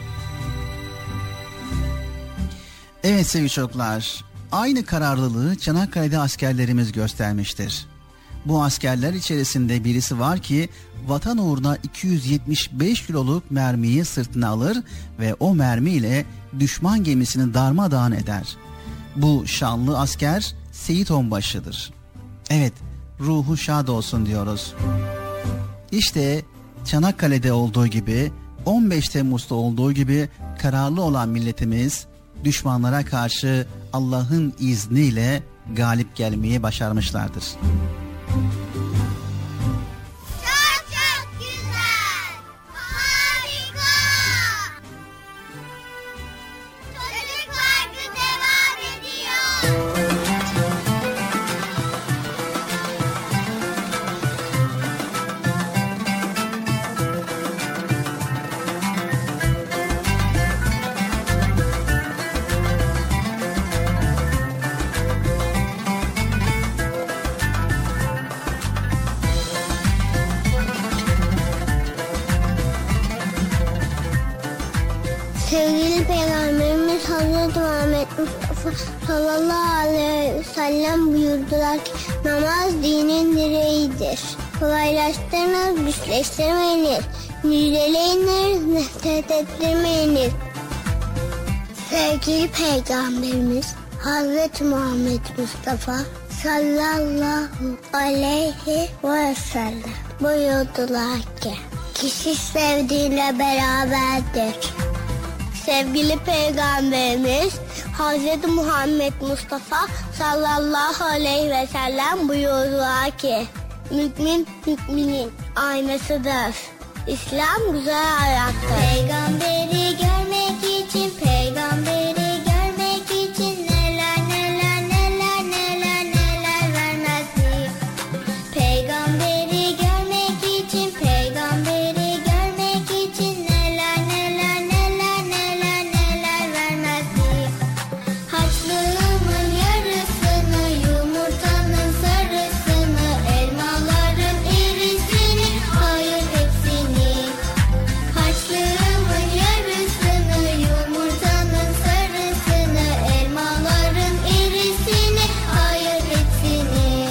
[SPEAKER 1] Evet sevgili çocuklar, aynı kararlılığı Çanakkale'de askerlerimiz göstermiştir. Bu askerler içerisinde birisi var ki vatan uğruna 275 kiloluk mermiyi sırtına alır ve o mermiyle düşman gemisini darmadağın eder. Bu şanlı asker Seyit Onbaşı'dır. Evet, ruhu şad olsun diyoruz. İşte Çanakkale'de olduğu gibi, 15 Temmuz'da olduğu gibi kararlı olan milletimiz düşmanlara karşı Allah'ın izniyle galip gelmeyi başarmışlardır.
[SPEAKER 5] Çok çok güzel. Harika. Çocuk Parkı devam ediyor.
[SPEAKER 6] Sevgili Peygamberimiz Hazreti Muhammed Mustafa sallallahu aleyhi ve sellem buyurdular ki namaz dinin direğidir. Kolaylaştırınız, güçleştirmeyiniz, müjdeleyiniz, nefret ettirmeyiniz. Sevgili Peygamberimiz Hazreti Muhammed Mustafa sallallahu aleyhi ve sellem buyurdular ki kişi sevdiğiyle beraberdir. Sevgili Peygamberimiz Hazreti Muhammed Mustafa sallallahu aleyhi ve sellem buyurdular ki mümin müminin aynasıdır. İslam güzel ayaktır. Peygamberi görmek için, peygamberi görmek için neler neler neler neler neler vermezdi. Peygamberi görmek için, peygamberi görmek için neler neler neler neler neler vermezdi. Haçlığımın yarısını, yumurtanın sarısını, elmaların irisini, hayır hepsini. Haçlığımın yarısını, yumurtanın sarısını, elmaların irisini, hayır hepsini.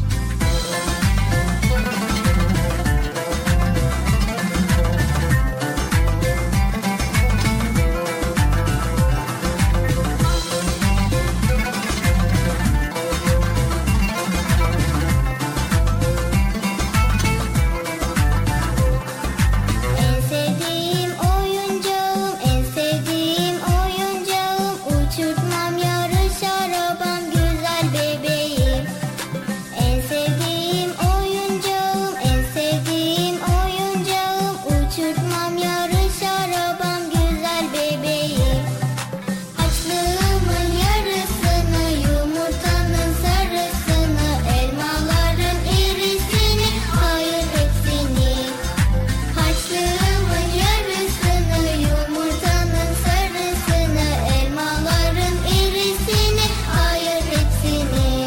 [SPEAKER 6] En sevdiğim oyuncağım, en sevdiğim oyuncağım, uçurtmam yarış arabam, güzel bebeğim. En sevdiğim oyuncağım, en sevdiğim oyuncağım, uçurtmam yarış arabam, güzel bebeğim. Haçlığımın yarısını, yumurtanın sarısını, elmaların irisini, hayır hepsini. Haçlığımın yarısını, yumurtanın sarısını, elmaların irisini, hayır hepsini.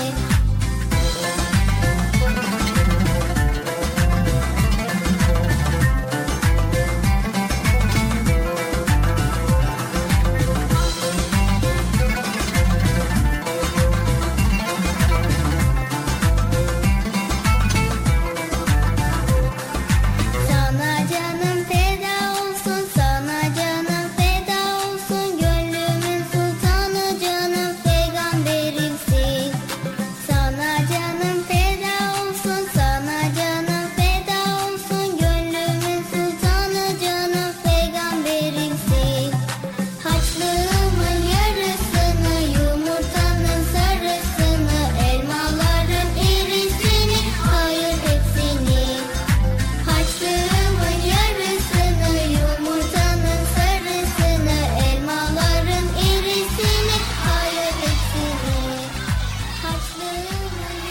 [SPEAKER 6] Sana canım feda olsun, sana canım feda olsun, gönlümün sultanı canım peygamberimsin. Sana canım feda olsun, sana canım feda olsun, gönlümün sultanı canım peygamberimsin. Haçlığımın yarısını, yumurtanın sarısını, elmaların irisini, hayır hepsini. Haçlığımın yarısını, yumurtanın sarısını, elmaların irisini, hayır hepsini. Haçlığımın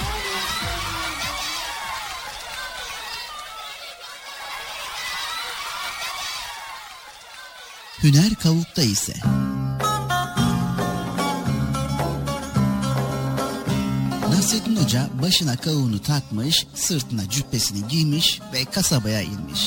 [SPEAKER 1] Hüner kavukta ise. Nasrettin Hoca başına kavuğunu takmış, sırtına cübbesini giymiş ve kasabaya inmiş.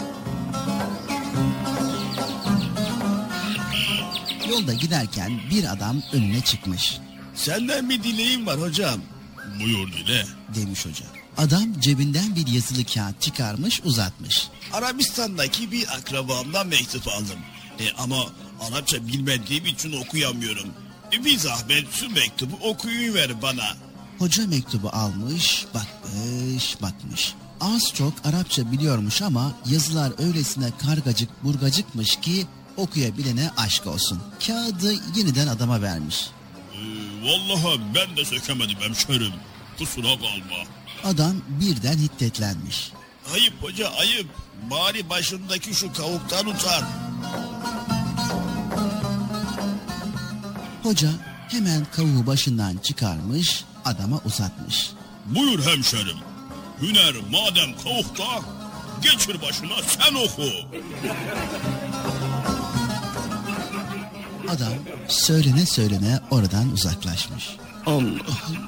[SPEAKER 1] Yolda giderken bir adam önüne çıkmış.
[SPEAKER 2] Senden bir dileğim var hocam. Buyur dile.
[SPEAKER 1] Demiş hoca. Adam cebinden bir yazılı kağıt çıkarmış uzatmış.
[SPEAKER 2] Arabistan'daki bir akrabamdan mektup aldım. Ama Arapça bilmediğim için okuyamıyorum. Bir zahmet şu mektubu okuyuver bana.
[SPEAKER 1] Hoca mektubu almış, bakmış. Az çok Arapça biliyormuş ama yazılar öylesine kargacık burgacıkmış ki okuyabilene aşk olsun. Kağıdı yeniden adama vermiş.
[SPEAKER 2] Vallahi ben de sökemedim hemşerim. Kusura kalma.
[SPEAKER 1] Adam birden hiddetlenmiş.
[SPEAKER 2] Ayıp hoca ayıp. Bari başındaki şu kavuktan utan.
[SPEAKER 1] Hoca hemen kavuğu başından çıkarmış, adama uzatmış.
[SPEAKER 2] Buyur hemşerim. Hüner madem kavukta, geçir başına sen oku.
[SPEAKER 1] Adam söylene oradan uzaklaşmış.
[SPEAKER 2] Allah'ım.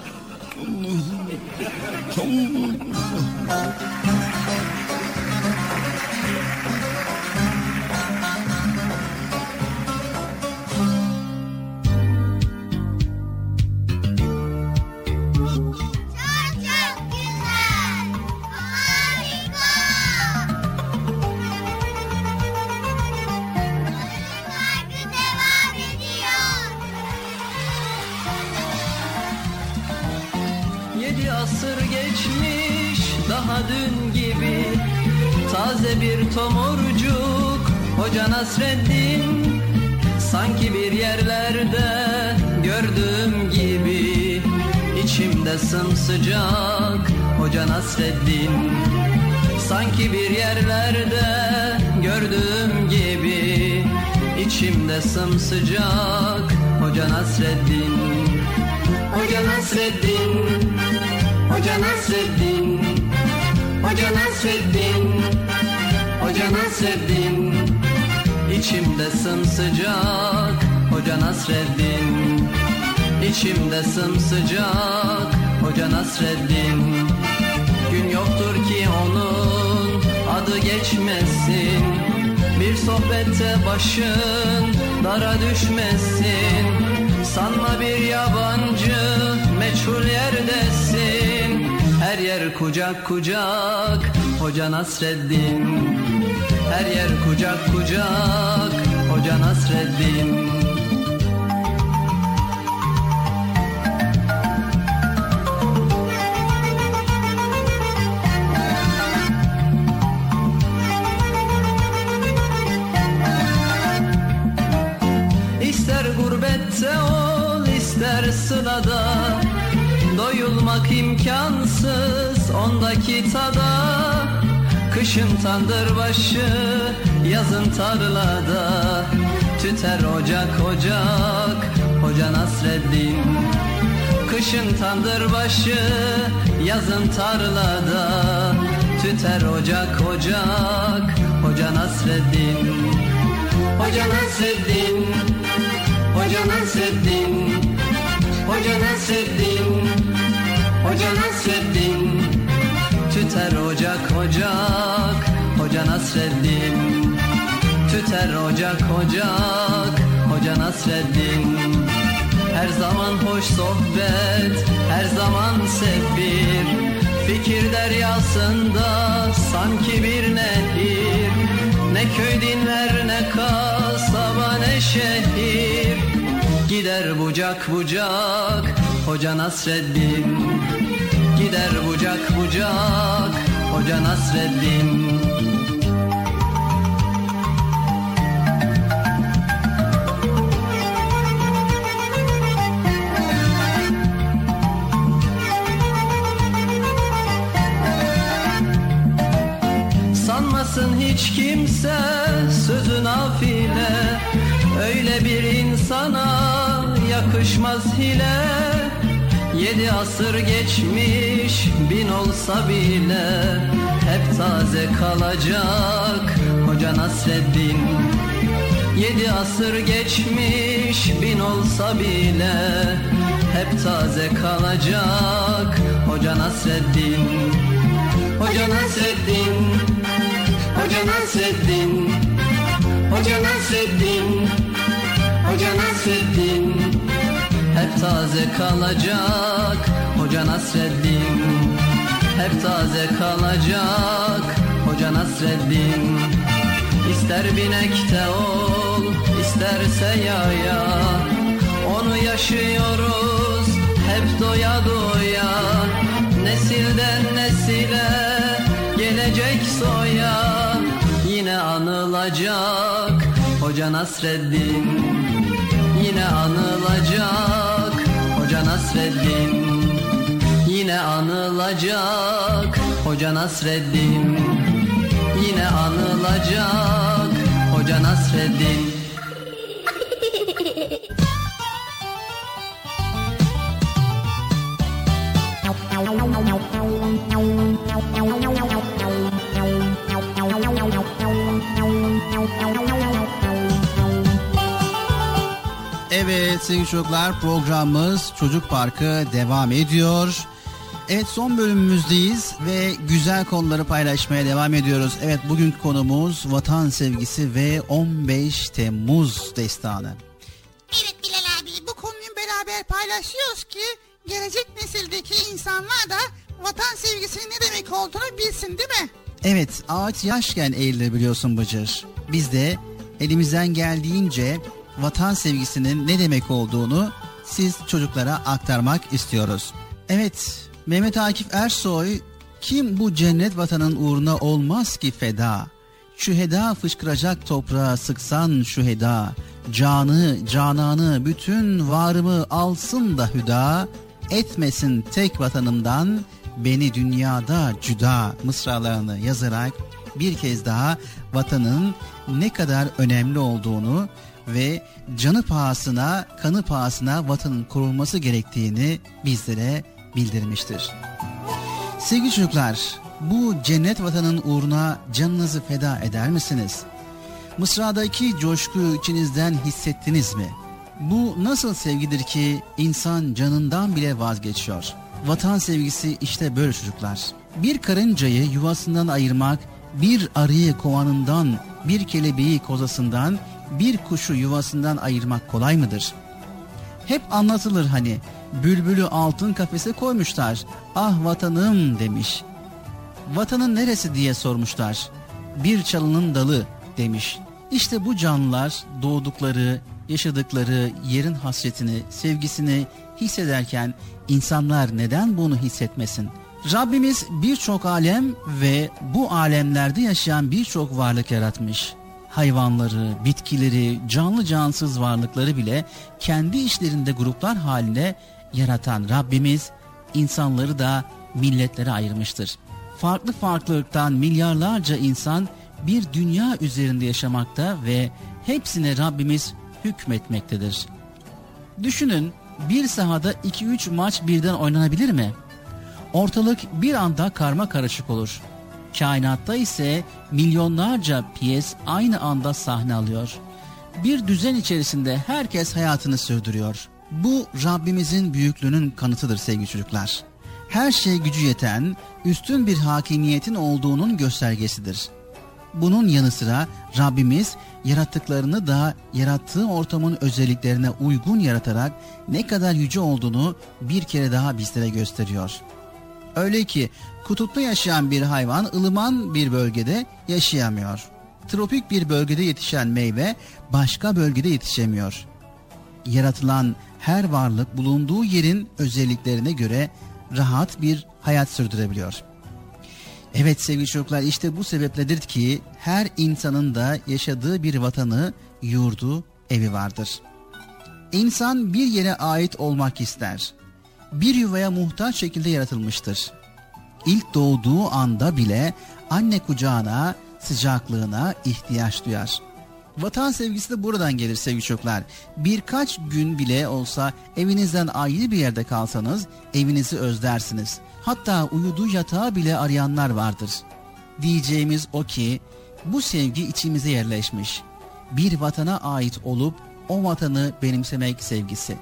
[SPEAKER 9] Asır geçmiş daha dün gibi, taze bir tomurcuk Hoca Nasreddin. Sanki bir yerlerde gördüğüm gibi, içimde sımsıcak Hoca Nasreddin. Sanki bir yerlerde gördüğüm gibi, içimde sımsıcak Hoca Nasreddin. Hoca Nasreddin, Hoca Nasreddin, Hoca Nasreddin, Hoca Nasreddin. İçimde sımsıcak Hoca Nasreddin. İçimde sımsıcak Hoca Nasreddin. Gün yoktur ki onun adı geçmesin, bir sohbette başın dara düşmesin. Sanma bir yabancı meçhul yerdesin, her yer kucak kucak Hoca Nasreddin. Her yer kucak kucak Hoca Nasreddin. İster gurbette ol, ister sılada, doyulmak imkansız ondaki tada. Kışın tandırbaşı, yazın tarlada, tüter ocak ocak Hoca Nasreddin. Kışın tandırbaşı, yazın tarlada, tüter ocak ocak Hoca Nasreddin. Hoca Nasreddin, Hoca Nasreddin, Hoca Nasreddin, Hoca Nasreddin. Tüter ocak ocak Hoca Nasreddin. Tüter ocak ocak Hoca Nasreddin. Her zaman hoş sohbet, her zaman sefir, fikir deryasında sanki bir nehir. Ne köy dinler, ne kasaba, ne şehir, gider bucak bucak Hoca Nasreddin. Gider bucak bucak Hoca Nasreddin. Sanmasın hiç kimse sözü nafile, öyle bir insana yakışmaz hile. 7 asır geçmiş, 1000 olsa bile hep taze kalacak Hoca Nasreddin. 7 asır geçmiş, 1000 olsa bile hep taze kalacak Hoca Nasreddin. Hoca Nasreddin, Hoca Nasreddin, Hoca Nasreddin, Hoca Nasreddin. Hep taze kalacak Hoca Nasreddin. hep taze kalacak Hoca Nasreddin. İster binekte ol, isterse yaya, onu yaşıyoruz hep doya doya. Nesilden nesile gelecek soya, yine anılacak Hoca Nasreddin. Yine anılacak Hoca Nasreddin. Yine anılacak Hoca Nasreddin. Yine anılacak Hoca Nasreddin.
[SPEAKER 1] Evet sevgili çocuklar, programımız Çocuk Parkı devam ediyor. Evet, son bölümümüzdeyiz ve güzel konuları paylaşmaya devam ediyoruz. Evet, bugünkü konumuz vatan sevgisi ve 15 Temmuz destanı.
[SPEAKER 3] Evet Bilal abi, bu konuyu beraber paylaşıyoruz ki gelecek nesildeki insanlar da vatan sevgisinin ne demek olduğunu bilsin, değil mi?
[SPEAKER 1] Evet, ağaç yaşken eğilir biliyorsun Bıcır. Biz de elimizden geldiğince vatan sevgisinin ne demek olduğunu siz çocuklara aktarmak istiyoruz. Evet, Mehmet Akif Ersoy, kim bu cennet vatanın uğruna olmaz ki feda? Şüheda fışkıracak toprağa sıksan şüheda, canı cananı bütün varımı alsın da hüda, etmesin tek vatanımdan beni dünyada cüda mısralarını yazarak bir kez daha vatanın ne kadar önemli olduğunu ve canı pahasına, kanı pahasına vatanın korunması gerektiğini bizlere bildirmiştir. Sevgili çocuklar, bu cennet vatanın uğruna canınızı feda eder misiniz? Mısradaki coşku içinizden hissettiniz mi? Bu nasıl sevgidir ki insan canından bile vazgeçiyor? Vatan sevgisi işte böyle çocuklar. Bir karıncayı yuvasından ayırmak, bir arıyı kovanından, bir kelebeği kozasından, bir kuşu yuvasından ayırmak kolay mıdır? Hep anlatılır hani, bülbülü altın kafese koymuşlar, ah vatanım demiş. Vatanın neresi diye sormuşlar, bir çalının dalı demiş. İşte bu canlılar doğdukları, yaşadıkları yerin hasretini, sevgisini hissederken insanlar neden bunu hissetmesin? Rabbimiz birçok alem ve bu alemlerde yaşayan birçok varlık yaratmış. Hayvanları, bitkileri, canlı cansız varlıkları bile kendi işlerinde gruplar haline yaratan Rabbimiz insanları da milletlere ayırmıştır. Farklı farklı ırktan milyarlarca insan bir dünya üzerinde yaşamakta ve hepsine Rabbimiz hükmetmektedir. Düşünün, bir sahada 2-3 maç birden oynanabilir mi? Ortalık bir anda karma karışık olur. Kainatta ise milyonlarca piyes aynı anda sahne alıyor. Bir düzen içerisinde herkes hayatını sürdürüyor. Bu Rabbimizin büyüklüğünün kanıtıdır sevgili çocuklar. Her şeye gücü yeten, üstün bir hakimiyetin olduğunun göstergesidir. Bunun yanı sıra Rabbimiz yarattıklarını da yarattığı ortamın özelliklerine uygun yaratarak ne kadar yüce olduğunu bir kere daha bizlere gösteriyor. Öyle ki kutupta yaşayan bir hayvan ılıman bir bölgede yaşayamıyor. Tropik bir bölgede yetişen meyve başka bölgede yetişemiyor. Yaratılan her varlık bulunduğu yerin özelliklerine göre rahat bir hayat sürdürebiliyor. Evet sevgili çocuklar, işte bu sebepledir ki her insanın da yaşadığı bir vatanı, yurdu, evi vardır. İnsan bir yere ait olmak ister. Bir yuvaya muhtaç şekilde yaratılmıştır. İlk doğduğu anda bile anne kucağına, sıcaklığına ihtiyaç duyar. Vatan sevgisi de buradan gelir sevgili çocuklar. Birkaç gün bile olsa evinizden ayrı bir yerde kalsanız evinizi özlersiniz. Hatta uyuduğu yatağı bile arayanlar vardır. Diyeceğimiz o ki bu sevgi içimize yerleşmiş. Bir vatana ait olup o vatanı benimsemek sevgisi.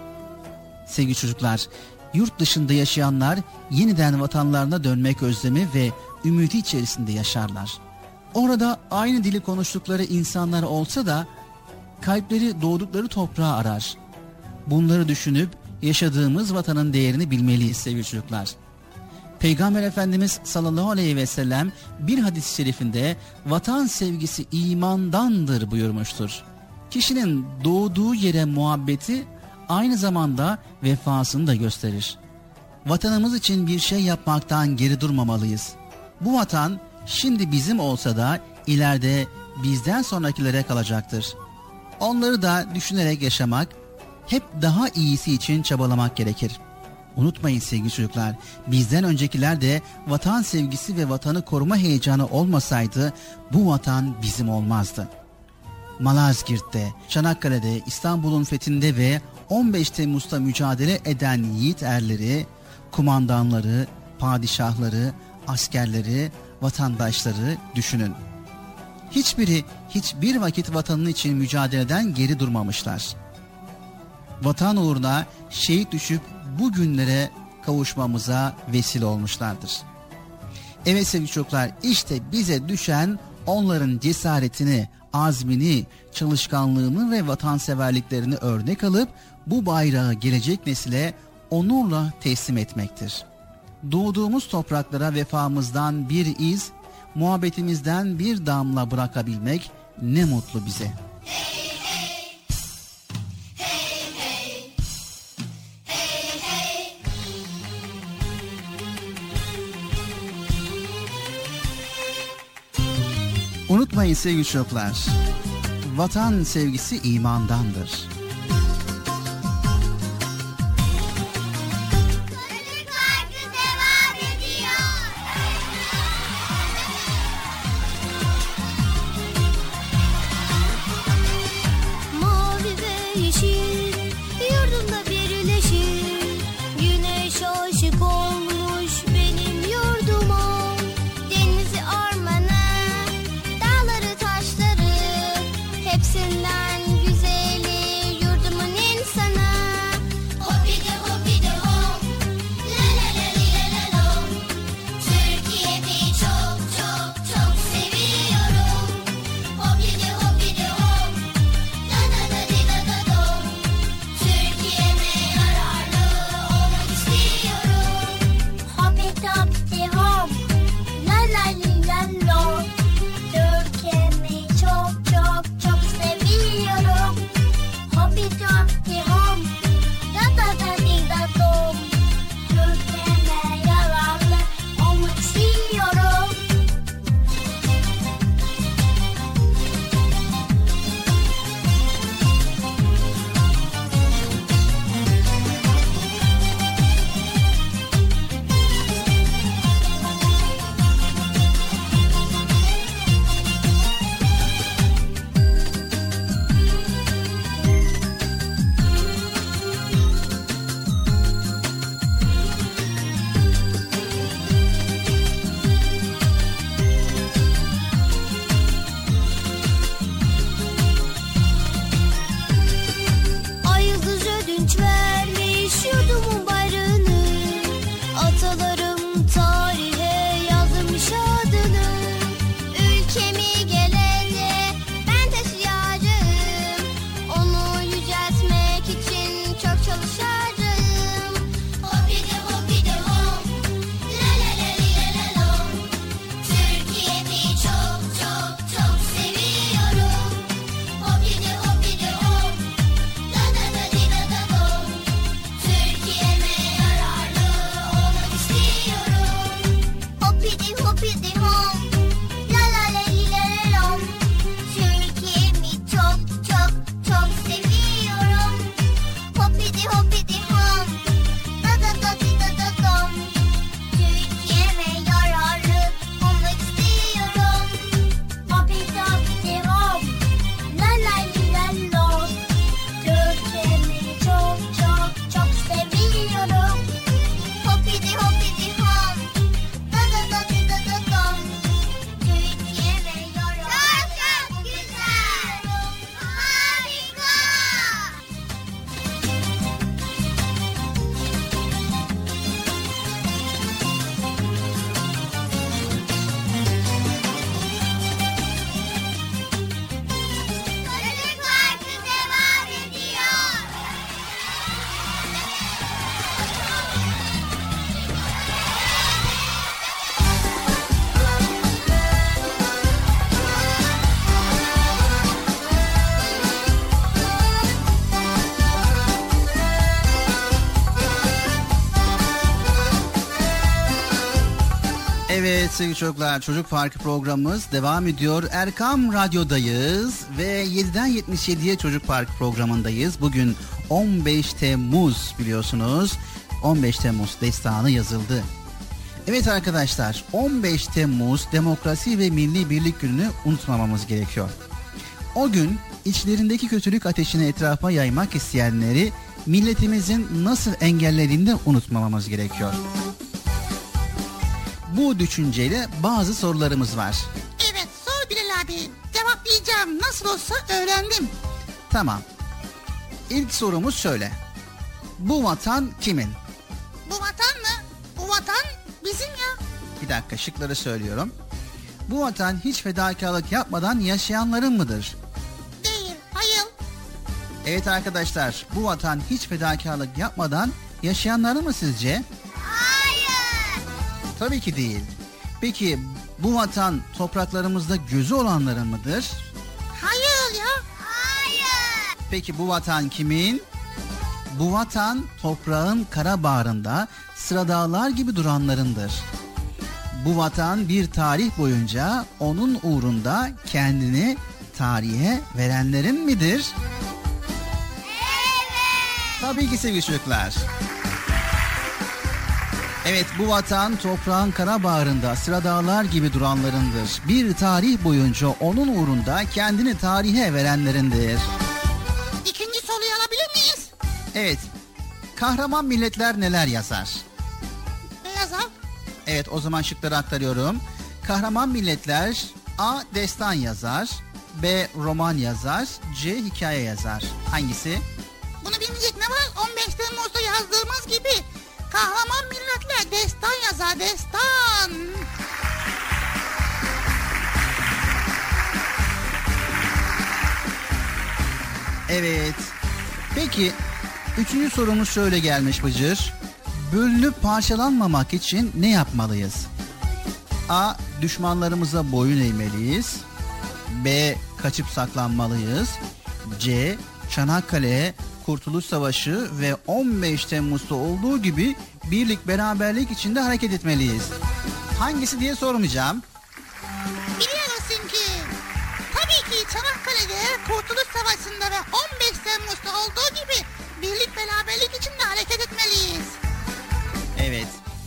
[SPEAKER 1] Sevgili çocuklar, yurt dışında yaşayanlar yeniden vatanlarına dönmek özlemi ve ümidi içerisinde yaşarlar. Orada aynı dili konuştukları insanlar olsa da kalpleri doğdukları toprağı arar. Bunları düşünüp yaşadığımız vatanın değerini bilmeliyiz sevgili çocuklar. Peygamber Efendimiz sallallahu aleyhi ve sellem bir hadis-i şerifinde vatan sevgisi imandandır buyurmuştur. Kişinin doğduğu yere muhabbeti aynı zamanda vefasını da gösterir. Vatanımız için bir şey yapmaktan geri durmamalıyız. Bu vatan şimdi bizim olsa da ileride bizden sonrakilere kalacaktır. Onları da düşünerek yaşamak, hep daha iyisi için çabalamak gerekir. Unutmayın sevgili çocuklar, bizden öncekiler de vatan sevgisi ve vatanı koruma heyecanı olmasaydı bu vatan bizim olmazdı. Malazgirt'te, Çanakkale'de, İstanbul'un fethinde ve 15 Temmuz'da mücadele eden yiğit erleri, kumandanları, padişahları, askerleri, vatandaşları düşünün. Hiçbiri hiçbir vakit vatanın için mücadeleden geri durmamışlar. Vatan uğruna şehit düşüp bu günlere kavuşmamıza vesile olmuşlardır. Evet sevgili çocuklar, işte bize düşen onların cesaretini, azmini, çalışkanlığını ve vatanseverliklerini örnek alıp bu bayrağı gelecek nesile onurla teslim etmektir. Doğduğumuz topraklara vefamızdan bir iz, muhabbetimizden bir damla bırakabilmek ne mutlu bize. Unutmayın sevgili çocuklar, vatan sevgisi imandandır.
[SPEAKER 6] Hepsinden güzeli
[SPEAKER 1] Evet sevgili çocuklar, Çocuk Parkı programımız devam ediyor. Erkam Radyo'dayız ve 7'den 77'ye Çocuk Parkı programındayız. Bugün 15 Temmuz biliyorsunuz. 15 Temmuz destanı yazıldı. Evet arkadaşlar, 15 Temmuz Demokrasi ve Milli Birlik Günü'nü unutmamamız gerekiyor. O gün içlerindeki kötülük ateşini etrafa yaymak isteyenleri milletimizin nasıl engellediğini de unutmamamız gerekiyor. Bu düşünceyle bazı sorularımız var.
[SPEAKER 3] Evet, sor Bilal abi. Cevaplayacağım. Nasıl olsa öğrendim.
[SPEAKER 1] Tamam. İlk sorumuz şöyle. Bu vatan kimin?
[SPEAKER 3] Bu vatan mı? Bu vatan bizim ya.
[SPEAKER 1] Bir dakika, şıkları söylüyorum. Bu vatan hiç fedakarlık yapmadan yaşayanların mıdır?
[SPEAKER 3] Değil, hayır.
[SPEAKER 1] Evet arkadaşlar, bu vatan hiç fedakarlık yapmadan yaşayanları mı sizce?
[SPEAKER 3] Hayır.
[SPEAKER 1] Tabii ki değil. Peki bu vatan topraklarımızda gözü olanların mıdır?
[SPEAKER 3] Hayır ya. Hayır.
[SPEAKER 1] Peki bu vatan kimin? Bu vatan toprağın kara bağrında sıradağlar gibi duranlarındır. Bu vatan bir tarih boyunca onun uğrunda kendini tarihe verenlerin midir?
[SPEAKER 3] Evet.
[SPEAKER 1] Tabii ki sevgili çocuklar. Evet, bu vatan toprağın kara bağrında sıradağlar gibi duranlarındır. Bir tarih boyunca onun uğrunda kendini tarihe verenlerindir.
[SPEAKER 3] İkinci soruyu alabilir miyiz?
[SPEAKER 1] Evet, kahraman milletler neler yazar?
[SPEAKER 3] Ne yazar?
[SPEAKER 1] Evet, o zaman şıkları aktarıyorum. Kahraman milletler A. Destan yazar, B. Roman yazar, C. Hikaye yazar. Hangisi?
[SPEAKER 3] Bunu bilmeyecek ne var? 15 Temmuz'da yazdığımız gibi. Kahraman milletler destan yazar, destan.
[SPEAKER 1] Evet. Peki, üçüncü sorumuz şöyle gelmiş Bıcır. Bölünüp parçalanmamak için ne yapmalıyız? A. Düşmanlarımıza boyun eğmeliyiz. B. Kaçıp saklanmalıyız. C. Çanakkale, Kurtuluş Savaşı ve 15 Temmuz'da olduğu gibi birlik beraberlik içinde hareket etmeliyiz. Hangisi diye sormayacağım.
[SPEAKER 3] Biliyorsun ki tabii ki Çanakkale'de Kurtuluş Savaşı'nda ve 15 Temmuz'da olduğu gibi birlik beraberlik içinde hareket etmeliyiz.
[SPEAKER 1] Evet.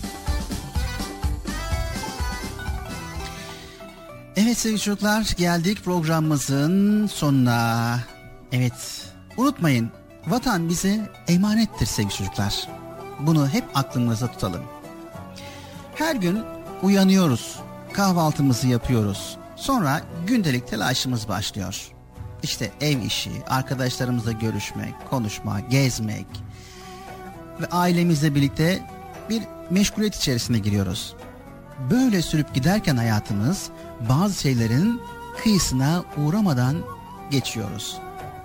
[SPEAKER 1] Evet sevgili çocuklar, geldik programımızın sonuna. Evet, unutmayın, vatan bize emanettir sevgili çocuklar. Bunu hep aklımızda tutalım. Her gün uyanıyoruz, kahvaltımızı yapıyoruz. Sonra gündelik telaşımız başlıyor. İşte ev işi, arkadaşlarımızla görüşmek, konuşmak, gezmek ve ailemizle birlikte bir meşguliyet içerisine giriyoruz. Böyle sürüp giderken hayatımız bazı şeylerin kıyısına uğramadan geçiyoruz.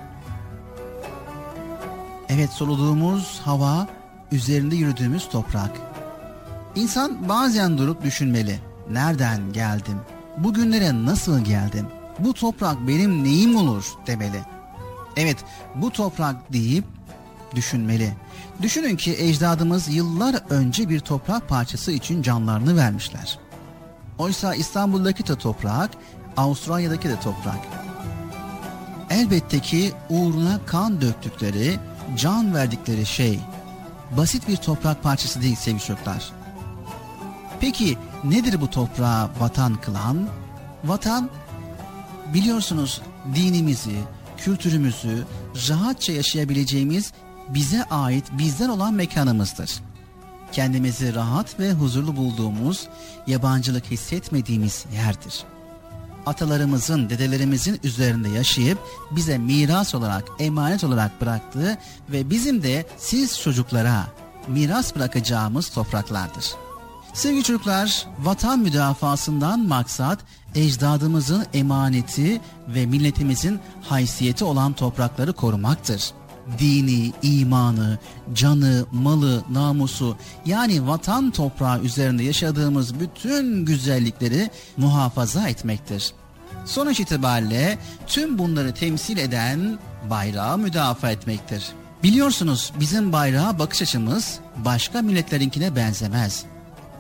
[SPEAKER 1] Evet, soluduğumuz hava, üzerinde yürüdüğümüz toprak. İnsan bazen durup düşünmeli. Nereden geldim? Bugünlere nasıl geldim? Bu toprak benim neyim olur demeli. Evet, bu toprak deyip düşünmeli. Düşünün ki ecdadımız yıllar önce bir toprak parçası için canlarını vermişler. Oysa İstanbul'daki de toprak, Avustralya'daki de toprak. Elbette ki uğruna kan döktükleri, can verdikleri şey basit bir toprak parçası değil sevgili çocuklar. Peki nedir bu toprağı vatan kılan? Vatan, biliyorsunuz, dinimizi, kültürümüzü rahatça yaşayabileceğimiz bize ait, bizden olan mekanımızdır. Kendimizi rahat ve huzurlu bulduğumuz, yabancılık hissetmediğimiz yerdir. Atalarımızın, dedelerimizin üzerinde yaşayıp bize miras olarak, emanet olarak bıraktığı ve bizim de siz çocuklara miras bırakacağımız topraklardır. Sevgili çocuklar, vatan müdafasından maksat ecdadımızın emaneti ve milletimizin haysiyeti olan toprakları korumaktır. Dini, imanı, canı, malı, namusu, yani vatan toprağı üzerinde yaşadığımız bütün güzellikleri muhafaza etmektir. Sonuç itibariyle tüm bunları temsil eden bayrağı müdafaa etmektir. Biliyorsunuz bizim bayrağa bakış açımız başka milletlerinkine benzemez.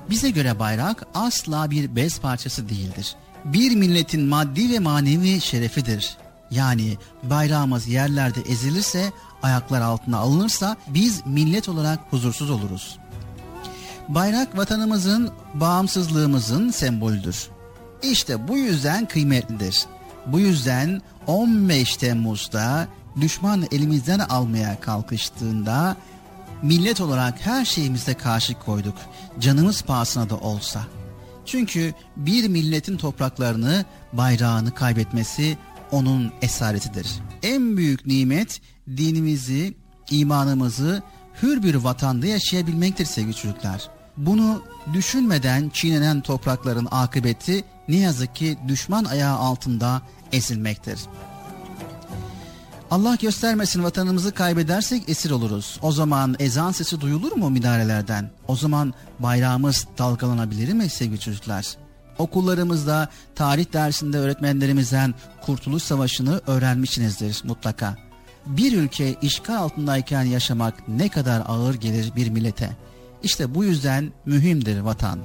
[SPEAKER 1] Bize göre bayrak asla bir bez parçası değildir. Bir milletin maddi ve manevi şerefidir. Yani bayrağımız yerlerde ezilirse, ayaklar altına alınırsa biz millet olarak huzursuz oluruz. Bayrak vatanımızın, bağımsızlığımızın sembolüdür. İşte bu yüzden kıymetlidir. Bu yüzden 15 Temmuz'da düşman elimizden almaya kalkıştığında millet olarak her şeyimize karşı koyduk. Canımız pahasına da olsa. Çünkü bir milletin topraklarını, bayrağını kaybetmesi onun esaretidir. En büyük nimet dinimizi, imanımızı hür bir vatanda yaşayabilmektir sevgili çocuklar. Bunu düşünmeden çiğnenen toprakların akıbeti ne yazık ki düşman ayağı altında ezilmektir. Allah göstermesin vatanımızı kaybedersek esir oluruz. O zaman ezan sesi duyulur mu minarelerden? O zaman bayrağımız dalgalanabilir mi sevgili çocuklar? Okullarımızda tarih dersinde öğretmenlerimizden Kurtuluş Savaşı'nı öğrenmişsinizdir mutlaka. Bir ülke işgal altındayken yaşamak ne kadar ağır gelir bir millete. İşte bu yüzden mühimdir vatan.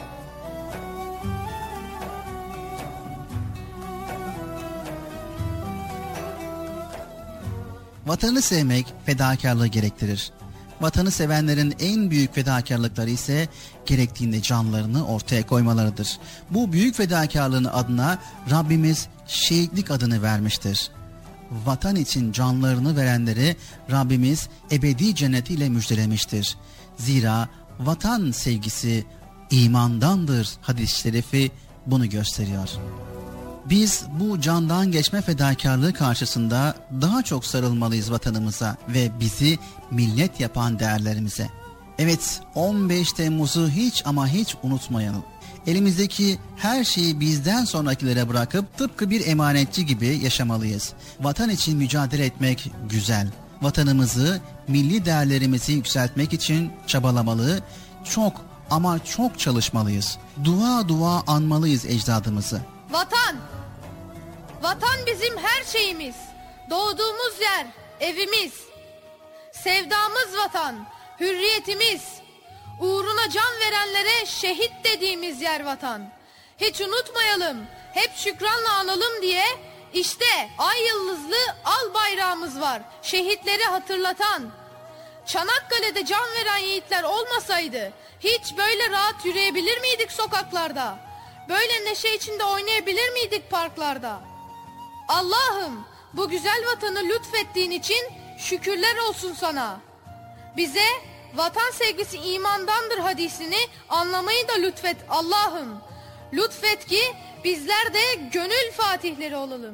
[SPEAKER 1] Vatanı sevmek fedakarlığı gerektirir. Vatanı sevenlerin en büyük fedakarlıkları ise gerektiğinde canlarını ortaya koymalarıdır. Bu büyük fedakarlığın adına Rabbimiz şehitlik adını vermiştir. Vatan için canlarını verenleri Rabbimiz ebedi cennetiyle müjdelemiştir. Zira vatan sevgisi imandandır hadis-i şerifi bunu gösteriyor. Biz bu candan geçme fedakarlığı karşısında daha çok sarılmalıyız vatanımıza ve bizi millet yapan değerlerimize. Evet, 15 Temmuz'u hiç ama hiç unutmayalım. Elimizdeki her şeyi bizden sonrakilere bırakıp tıpkı bir emanetçi gibi yaşamalıyız. Vatan için mücadele etmek güzel. Vatanımızı, milli değerlerimizi yükseltmek için çabalamalı, çok ama çok çalışmalıyız. Dua dua anmalıyız ecdadımızı.
[SPEAKER 7] Vatan! Vatan bizim her şeyimiz. Doğduğumuz yer, evimiz. Sevdamız vatan, hürriyetimiz. Uğruna can verenlere şehit dediğimiz yer vatan. Hiç unutmayalım, hep şükranla analım diye işte ay yıldızlı al bayrağımız var. Şehitleri hatırlatan. Çanakkale'de can veren yiğitler olmasaydı hiç böyle rahat yürüyebilir miydik sokaklarda? Böyle neşe içinde oynayabilir miydik parklarda? Allah'ım bu güzel vatanı lütfettiğin için şükürler olsun sana. Bize vatan sevgisi imandandır hadisini anlamayı da lütfet Allah'ım. Lütfet ki bizler de gönül fatihleri olalım.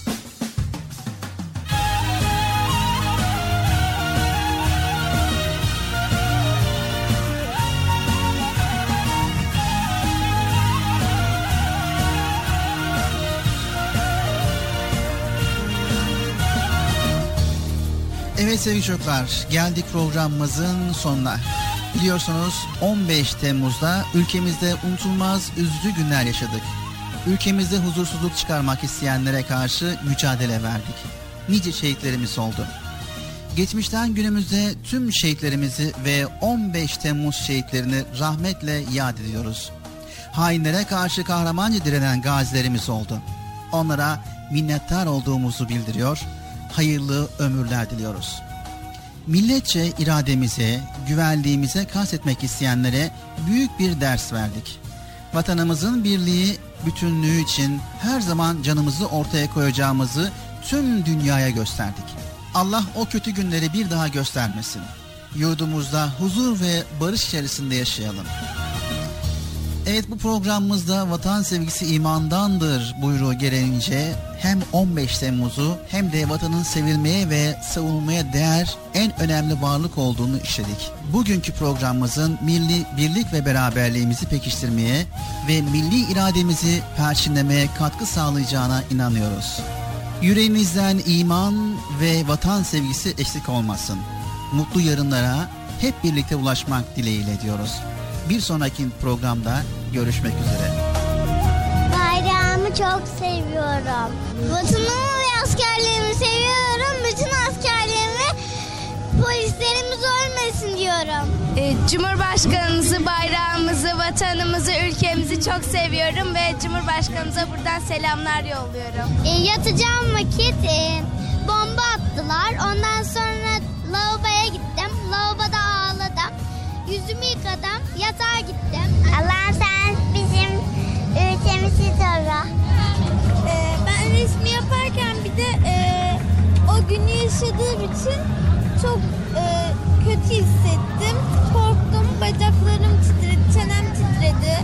[SPEAKER 1] Evet sevgili çocuklar, geldik programımızın sonuna. Biliyorsunuz 15 Temmuz'da ülkemizde unutulmaz üzücü günler yaşadık. Ülkemizde huzursuzluk çıkarmak isteyenlere karşı mücadele verdik. Nice şehitlerimiz oldu. Geçmişten günümüzde tüm şehitlerimizi ve 15 Temmuz şehitlerini rahmetle yad ediyoruz. Hainlere karşı kahramanca direnen gazilerimiz oldu. Onlara minnettar olduğumuzu bildiriyor, hayırlı ömürler diliyoruz. Milletçe irademize, güvenliğimize kastetmek isteyenlere büyük bir ders verdik. Vatanımızın birliği, bütünlüğü için her zaman canımızı ortaya koyacağımızı tüm dünyaya gösterdik. Allah o kötü günleri bir daha göstermesin. Yurdumuzda huzur ve barış içerisinde yaşayalım. Evet, bu programımızda vatan sevgisi imandandır buyruğu gereğince hem 15 Temmuz'u hem de vatanın sevilmeye ve savunulmaya değer en önemli varlık olduğunu işledik. Bugünkü programımızın milli birlik ve beraberliğimizi pekiştirmeye ve milli irademizi perçinlemeye katkı sağlayacağına inanıyoruz. Yüreğimizden iman ve vatan sevgisi eksik olmasın. Mutlu yarınlara hep birlikte ulaşmak dileğiyle diyoruz. Bir sonraki programda görüşmek üzere.
[SPEAKER 6] Bayrağımı çok seviyorum. Vatanımı ve askerlerimi seviyorum. Bütün askerlerimi, polislerimiz ölmesin gelsin diyorum.
[SPEAKER 10] Cumhurbaşkanımızı, bayrağımızı, vatanımızı, ülkemizi çok seviyorum ve Cumhurbaşkanımıza buradan selamlar yolluyorum.
[SPEAKER 6] Yatacağım vakit bomba attılar. Ondan sonra lavaboya gittim. Lavaboda ağladım. Yüzümü yıkadım. Yatağa gittim. Allah'ım sen bizim ülkemizi koru. Ben resmi yaparken bir de o günü yaşadığım için çok kötü hissettim. Korktum. Bacaklarım titredi. Çenem titredi.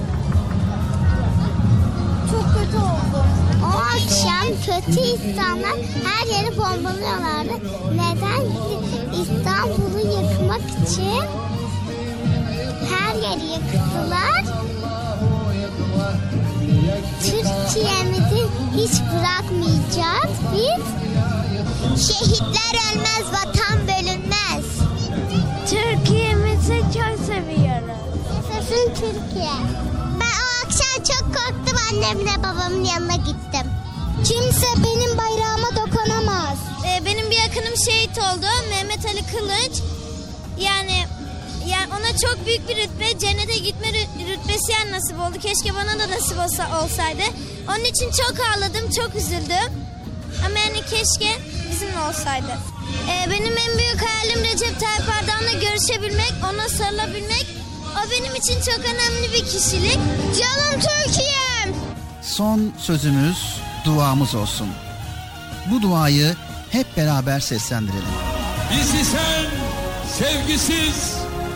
[SPEAKER 6] Çok kötü oldum. O akşam kötü insanlar her yeri bombalıyorlardı. Neden? İstanbul'u yıkmak için her yeri yıktılar. Türkiye'mizi hiç bırakmayacağız biz. Şehitler ölmez, vatan bölünmez. Türkiye'mizi çok seviyoruz. Yaşasın Türkiye. Ben o akşam çok korktum, annemle babamın yanına gittim. Kimse benim bayrağıma dokunamaz. Benim bir yakınım şehit oldu, Mehmet Ali Kılıç. Yani ona çok büyük bir rütbe, cennete gitme rütbesi yani nasip oldu. Keşke bana da nasip olsaydı. Onun için çok ağladım, çok üzüldüm. Ama yani keşke bizimle olsaydı. Benim en büyük hayalim Recep Tayyip Erdoğan'la görüşebilmek, ona sarılabilmek. O benim için çok önemli bir kişilik. Canım Türkiye'm.
[SPEAKER 1] Son sözümüz duamız olsun. Bu duayı hep beraber seslendirelim.
[SPEAKER 11] Bizi sen sevgisiz,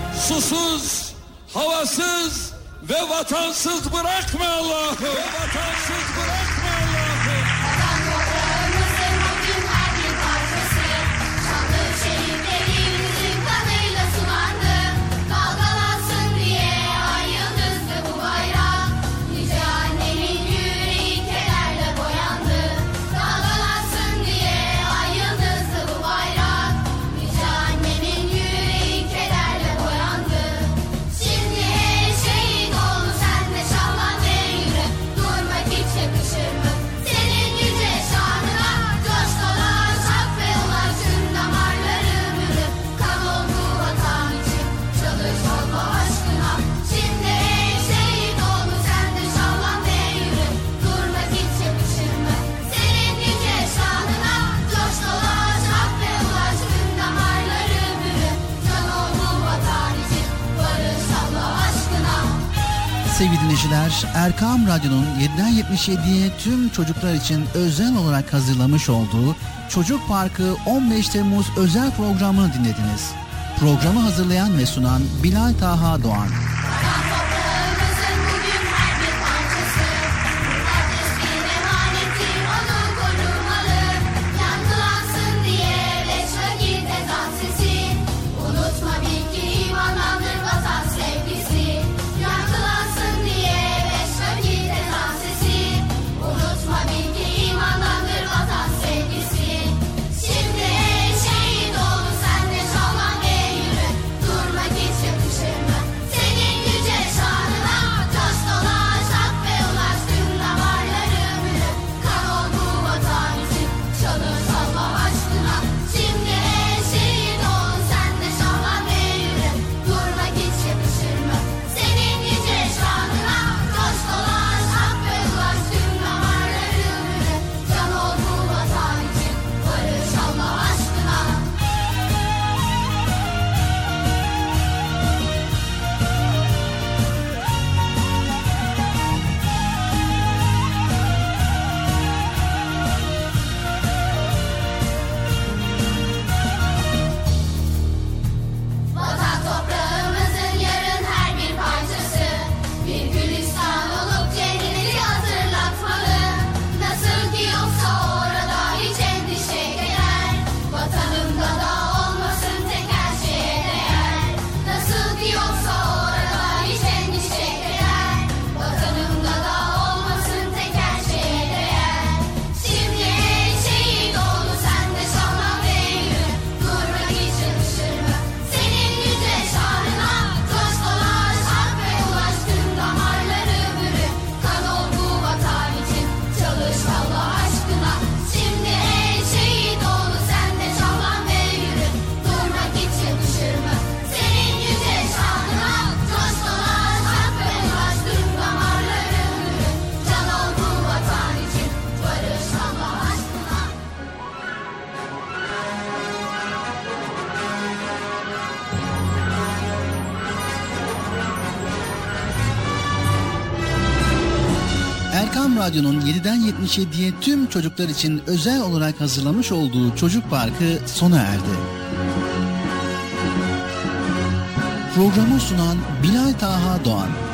[SPEAKER 11] susuz, havasız ve vatansız bırakma Allah'ım. Ve vatansız bırakma Allah'ım.
[SPEAKER 5] Vatandaşlarımızın bugün her bir parçası, şanlı şehitlerimizin kanıyla sulandı. Dalgalansın diye ay yıldızlı bu bayrak, yüce annemin yüreği kederle boyandı. Dalgalansın diye ay yıldızlı bu bayrak, yüce annemin yüreği kederle boyandı. Şimdi ey şehit oğlu sen de şahlan ve yürü, durmak hiç yakışır mı? Senin yüce şanına coş dolaş, hak ve ulaşın damarları mürü. Kan oldu vatan için çalış Allah aşkına. Şimdi ey şehit oğlu sen de şahlan ve yürü, durmak hiç yakışır mı? Senin yüce şanına coş dolaş, hak ve ulaşın damarları mürü. Can oldu vatan için barış Allah aşkına.
[SPEAKER 1] Sevgili dinleyiciler, Erkam Radyo'nun 7'den 77'ye tüm çocuklar için özel olarak hazırlamış olduğu Çocuk Parkı 15 Temmuz özel programını dinlediniz. Programı hazırlayan ve sunan Bilal Taha Doğan.
[SPEAKER 5] Toprağımızın bugün her bir parçası, kardeşliğin emaneti onu korumalı. Yankılansın diye beş vakit ezan sesi, unutma bil ki imandandır vatan sevgisi. Yankılansın diye beş vakit ezan sesi, unutma bil ki imandandır vatan sevgisi. Şimdi ey şehit oğlu sen de şahlan ve yürü, durmak hiç yakışır mı? Senin
[SPEAKER 1] Erkam Radyo'nun 7'den 77'ye tüm çocuklar için özel olarak hazırlamış olduğu Çocuk Parkı sona erdi. Programı sunan Bilal Taha Doğan.